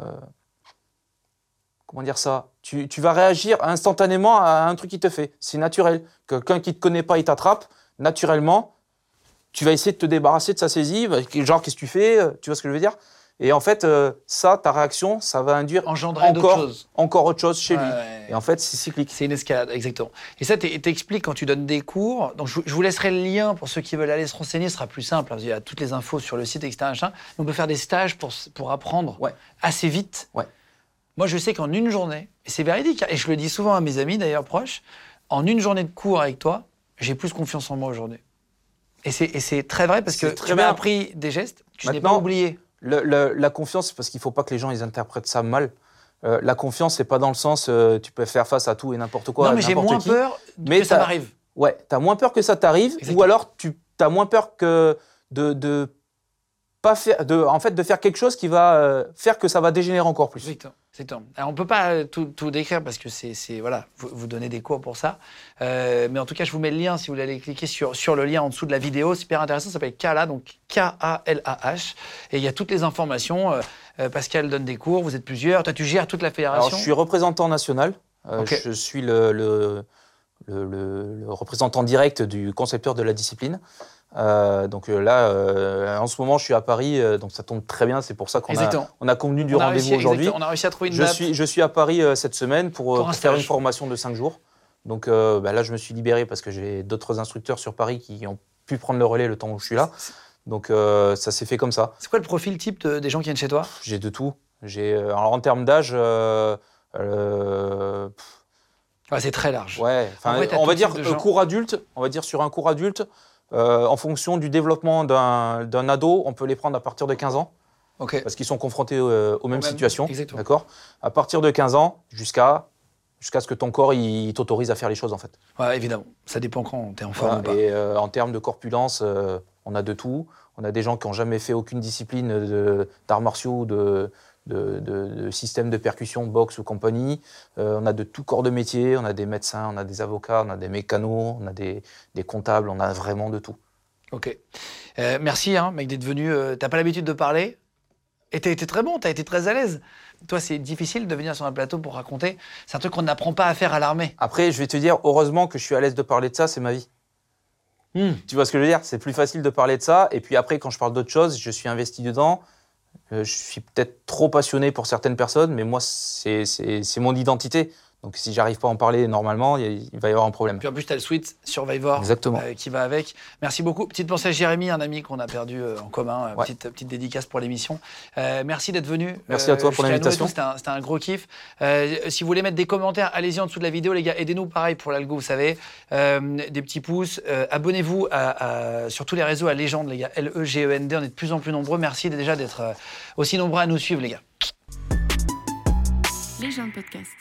D: comment dire ça ? tu, tu vas réagir instantanément à un truc qui te fait. C'est naturel. Quelqu'un qui ne te connaît pas, il t'attrape. Naturellement, tu vas essayer de te débarrasser de sa saisie. Genre, qu'est-ce que tu fais ? Tu vois ce que je veux dire ? Et en fait, euh, ça, ta réaction, ça va induire
E: Engendrer
D: encore,
E: d'autres choses.
D: encore autre chose chez
E: Ouais,
D: lui.
E: ouais.
D: Et en fait, c'est cyclique.
E: C'est une escalade, exactement. Et ça, t'es- t'expliques quand tu donnes des cours. Donc, je, je vous laisserai le lien pour ceux qui veulent aller se renseigner. Ce sera plus simple. Hein, il y a toutes les infos sur le site, et cetera. machin. On peut faire des stages pour, s- pour apprendre
D: Ouais.
E: assez vite.
D: Ouais.
E: Moi, je sais qu'en une journée, et c'est véridique, hein, et je le dis souvent à mes amis d'ailleurs proches, en une journée de cours avec toi, j'ai plus confiance en moi aujourd'hui. Et c'est, et c'est très vrai parce que
D: C'est très
E: tu m'as
D: bien.
E: appris des gestes, tu n'es pas
D: Maintenant,
E: oublié.
D: Le, le, la confiance, parce qu'il ne faut pas que les gens ils interprètent ça mal. Euh, la confiance, c'est pas dans le sens euh, tu peux faire face à tout et n'importe quoi.
E: Non,
D: à
E: mais j'ai
D: n'importe
E: moins
D: qui.
E: peur
D: Mais
E: que ça
D: t'as-
E: m'arrive.
D: Ouais, tu as moins peur que ça t'arrive,
E: Exactement.
D: ou alors tu as moins peur que de, de pas faire, de, en fait, de faire quelque chose qui va euh, faire que ça va dégénérer encore plus.
E: Exactement. Exactement. Alors, on ne peut pas euh, tout, tout décrire parce que c'est, c'est voilà, vous, vous donnez des cours pour ça. Euh, mais en tout cas, je vous mets le lien si vous voulez aller cliquer sur, sur le lien en dessous de la vidéo. C'est super intéressant, ça s'appelle Kala, donc K A L A H. Et il y a toutes les informations. Euh, euh, Pascal donne des cours, vous êtes plusieurs. Toi, tu gères toute la fédération.
D: Alors, je suis représentant national. Euh,
E: Ok.
D: Je suis le, le, le, le- le représentant direct du concepteur de la discipline. Euh, donc euh, là, euh, en ce moment, je suis à Paris, euh, donc ça tombe très bien. C'est pour ça qu'on a,
E: Exactement.
D: on a convenu du
E: On a
D: rendez-vous
E: réussi-
D: aujourd'hui.
E: exactement, on a réussi à trouver une
D: Je
E: date.
D: suis, je suis à Paris euh, cette semaine pour, euh,
E: Pour un
D: pour faire
E: stage.
D: une formation de cinq jours. Donc euh, bah là, je me suis libéré parce que j'ai d'autres instructeurs sur Paris qui ont pu prendre le relais le temps où je suis là. Donc euh, ça s'est fait comme ça.
E: C'est quoi le profil type de- des gens qui viennent chez toi ?
D: J'ai de tout. J'ai, euh, alors en termes d'âge, euh, euh, pff,
E: Ouais, c'est très large.
D: ouais, enfin,
E: En vrai, t'as
D: on
E: tout
D: va dire
E: type de
D: euh,
E: gens.
D: cours adulte. On va dire sur un cours adulte, euh, en fonction du développement d'un, d'un ado, on peut les prendre à partir de quinze ans.
E: Ok.
D: Parce qu'ils sont confrontés euh, aux mêmes
E: même,
D: situations.
E: exactement.
D: D'accord ? À partir de quinze ans, jusqu'à, jusqu'à ce que ton corps il t'autorise à faire les choses, en fait.
E: Ouais, évidemment. Ça dépend quand t'es en forme
D: Voilà.
E: ou pas.
D: Et euh, en termes de corpulence, euh, on a de tout. On a des gens qui n'ont jamais fait aucune discipline de, d'arts martiaux, de, de, de, de système de percussion, boxe ou compagnie. Euh, on a de tout corps de métier. On a des médecins, on a des avocats, on a des mécanos, on a des, des comptables. On a vraiment de tout.
E: Ok. Euh, merci, hein, mec, d'être venu. Euh, t'as pas l'habitude de parler et t'as été très bon, t'as été très à l'aise. Toi, c'est difficile de venir sur un plateau pour raconter. C'est un truc qu'on n'apprend pas à faire à l'armée.
D: Après, je vais te dire, heureusement que je suis à l'aise de parler de ça, c'est ma vie.
E: Hmm.
D: Tu vois ce que je veux dire ? C'est plus facile de parler de ça. Et puis après, quand je parle d'autre chose, je suis investi dedans. Euh, je suis peut-être trop passionné pour certaines personnes, mais moi, c'est, c'est, c'est mon identité. Donc si j'arrive pas à en parler normalement, il, y a- il va y avoir un problème.
E: Puis en plus, t'as le suite Survivor
D: Exactement.
E: euh, qui va avec. Merci beaucoup. Petite pensée à Jérémy, un ami qu'on a perdu euh, en commun. Euh,
D: Ouais.
E: petite, petite dédicace pour l'émission. Euh, merci d'être venu.
D: Merci à toi pour
E: jusqu'à nous et
D: l'invitation.
E: tout. C'était un, c'était un gros kiff. Euh, si vous voulez mettre des commentaires, allez-y en dessous de la vidéo, les gars. Aidez-nous, pareil, pour l'algo, vous savez. Euh, des petits pouces. Euh, abonnez-vous à, à- sur tous les réseaux à Légende, les gars. L E G E N D. On est de plus en plus nombreux. Merci déjà d'être euh, aussi nombreux à nous suivre, les gars.
F: Légende Podcast.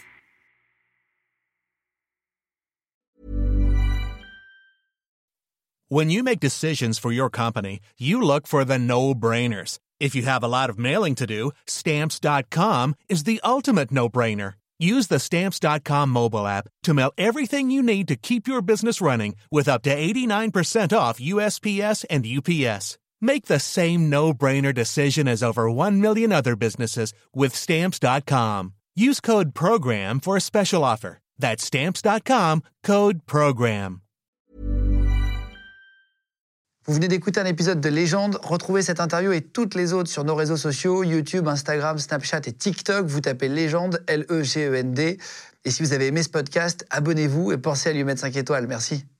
G: When you make decisions for your company, you look for the no-brainers. If you have a lot of mailing to do, Stamps dot com is the ultimate no-brainer. Use the Stamps dot com mobile app to mail everything you need to keep your business running with up to eighty-nine percent off U S P S and U P S. Make the same no-brainer decision as over one million other businesses with Stamps dot com. Use code PROGRAM for a special offer. That's Stamps dot com, code PROGRAM.
A: Vous venez d'écouter un épisode de Légende. Retrouvez cette interview et toutes les autres sur nos réseaux sociaux, YouTube, Instagram, Snapchat et TikTok. Vous tapez Légende, L E G E N D. Et si vous avez aimé ce podcast, abonnez-vous et pensez à lui mettre cinq étoiles. Merci.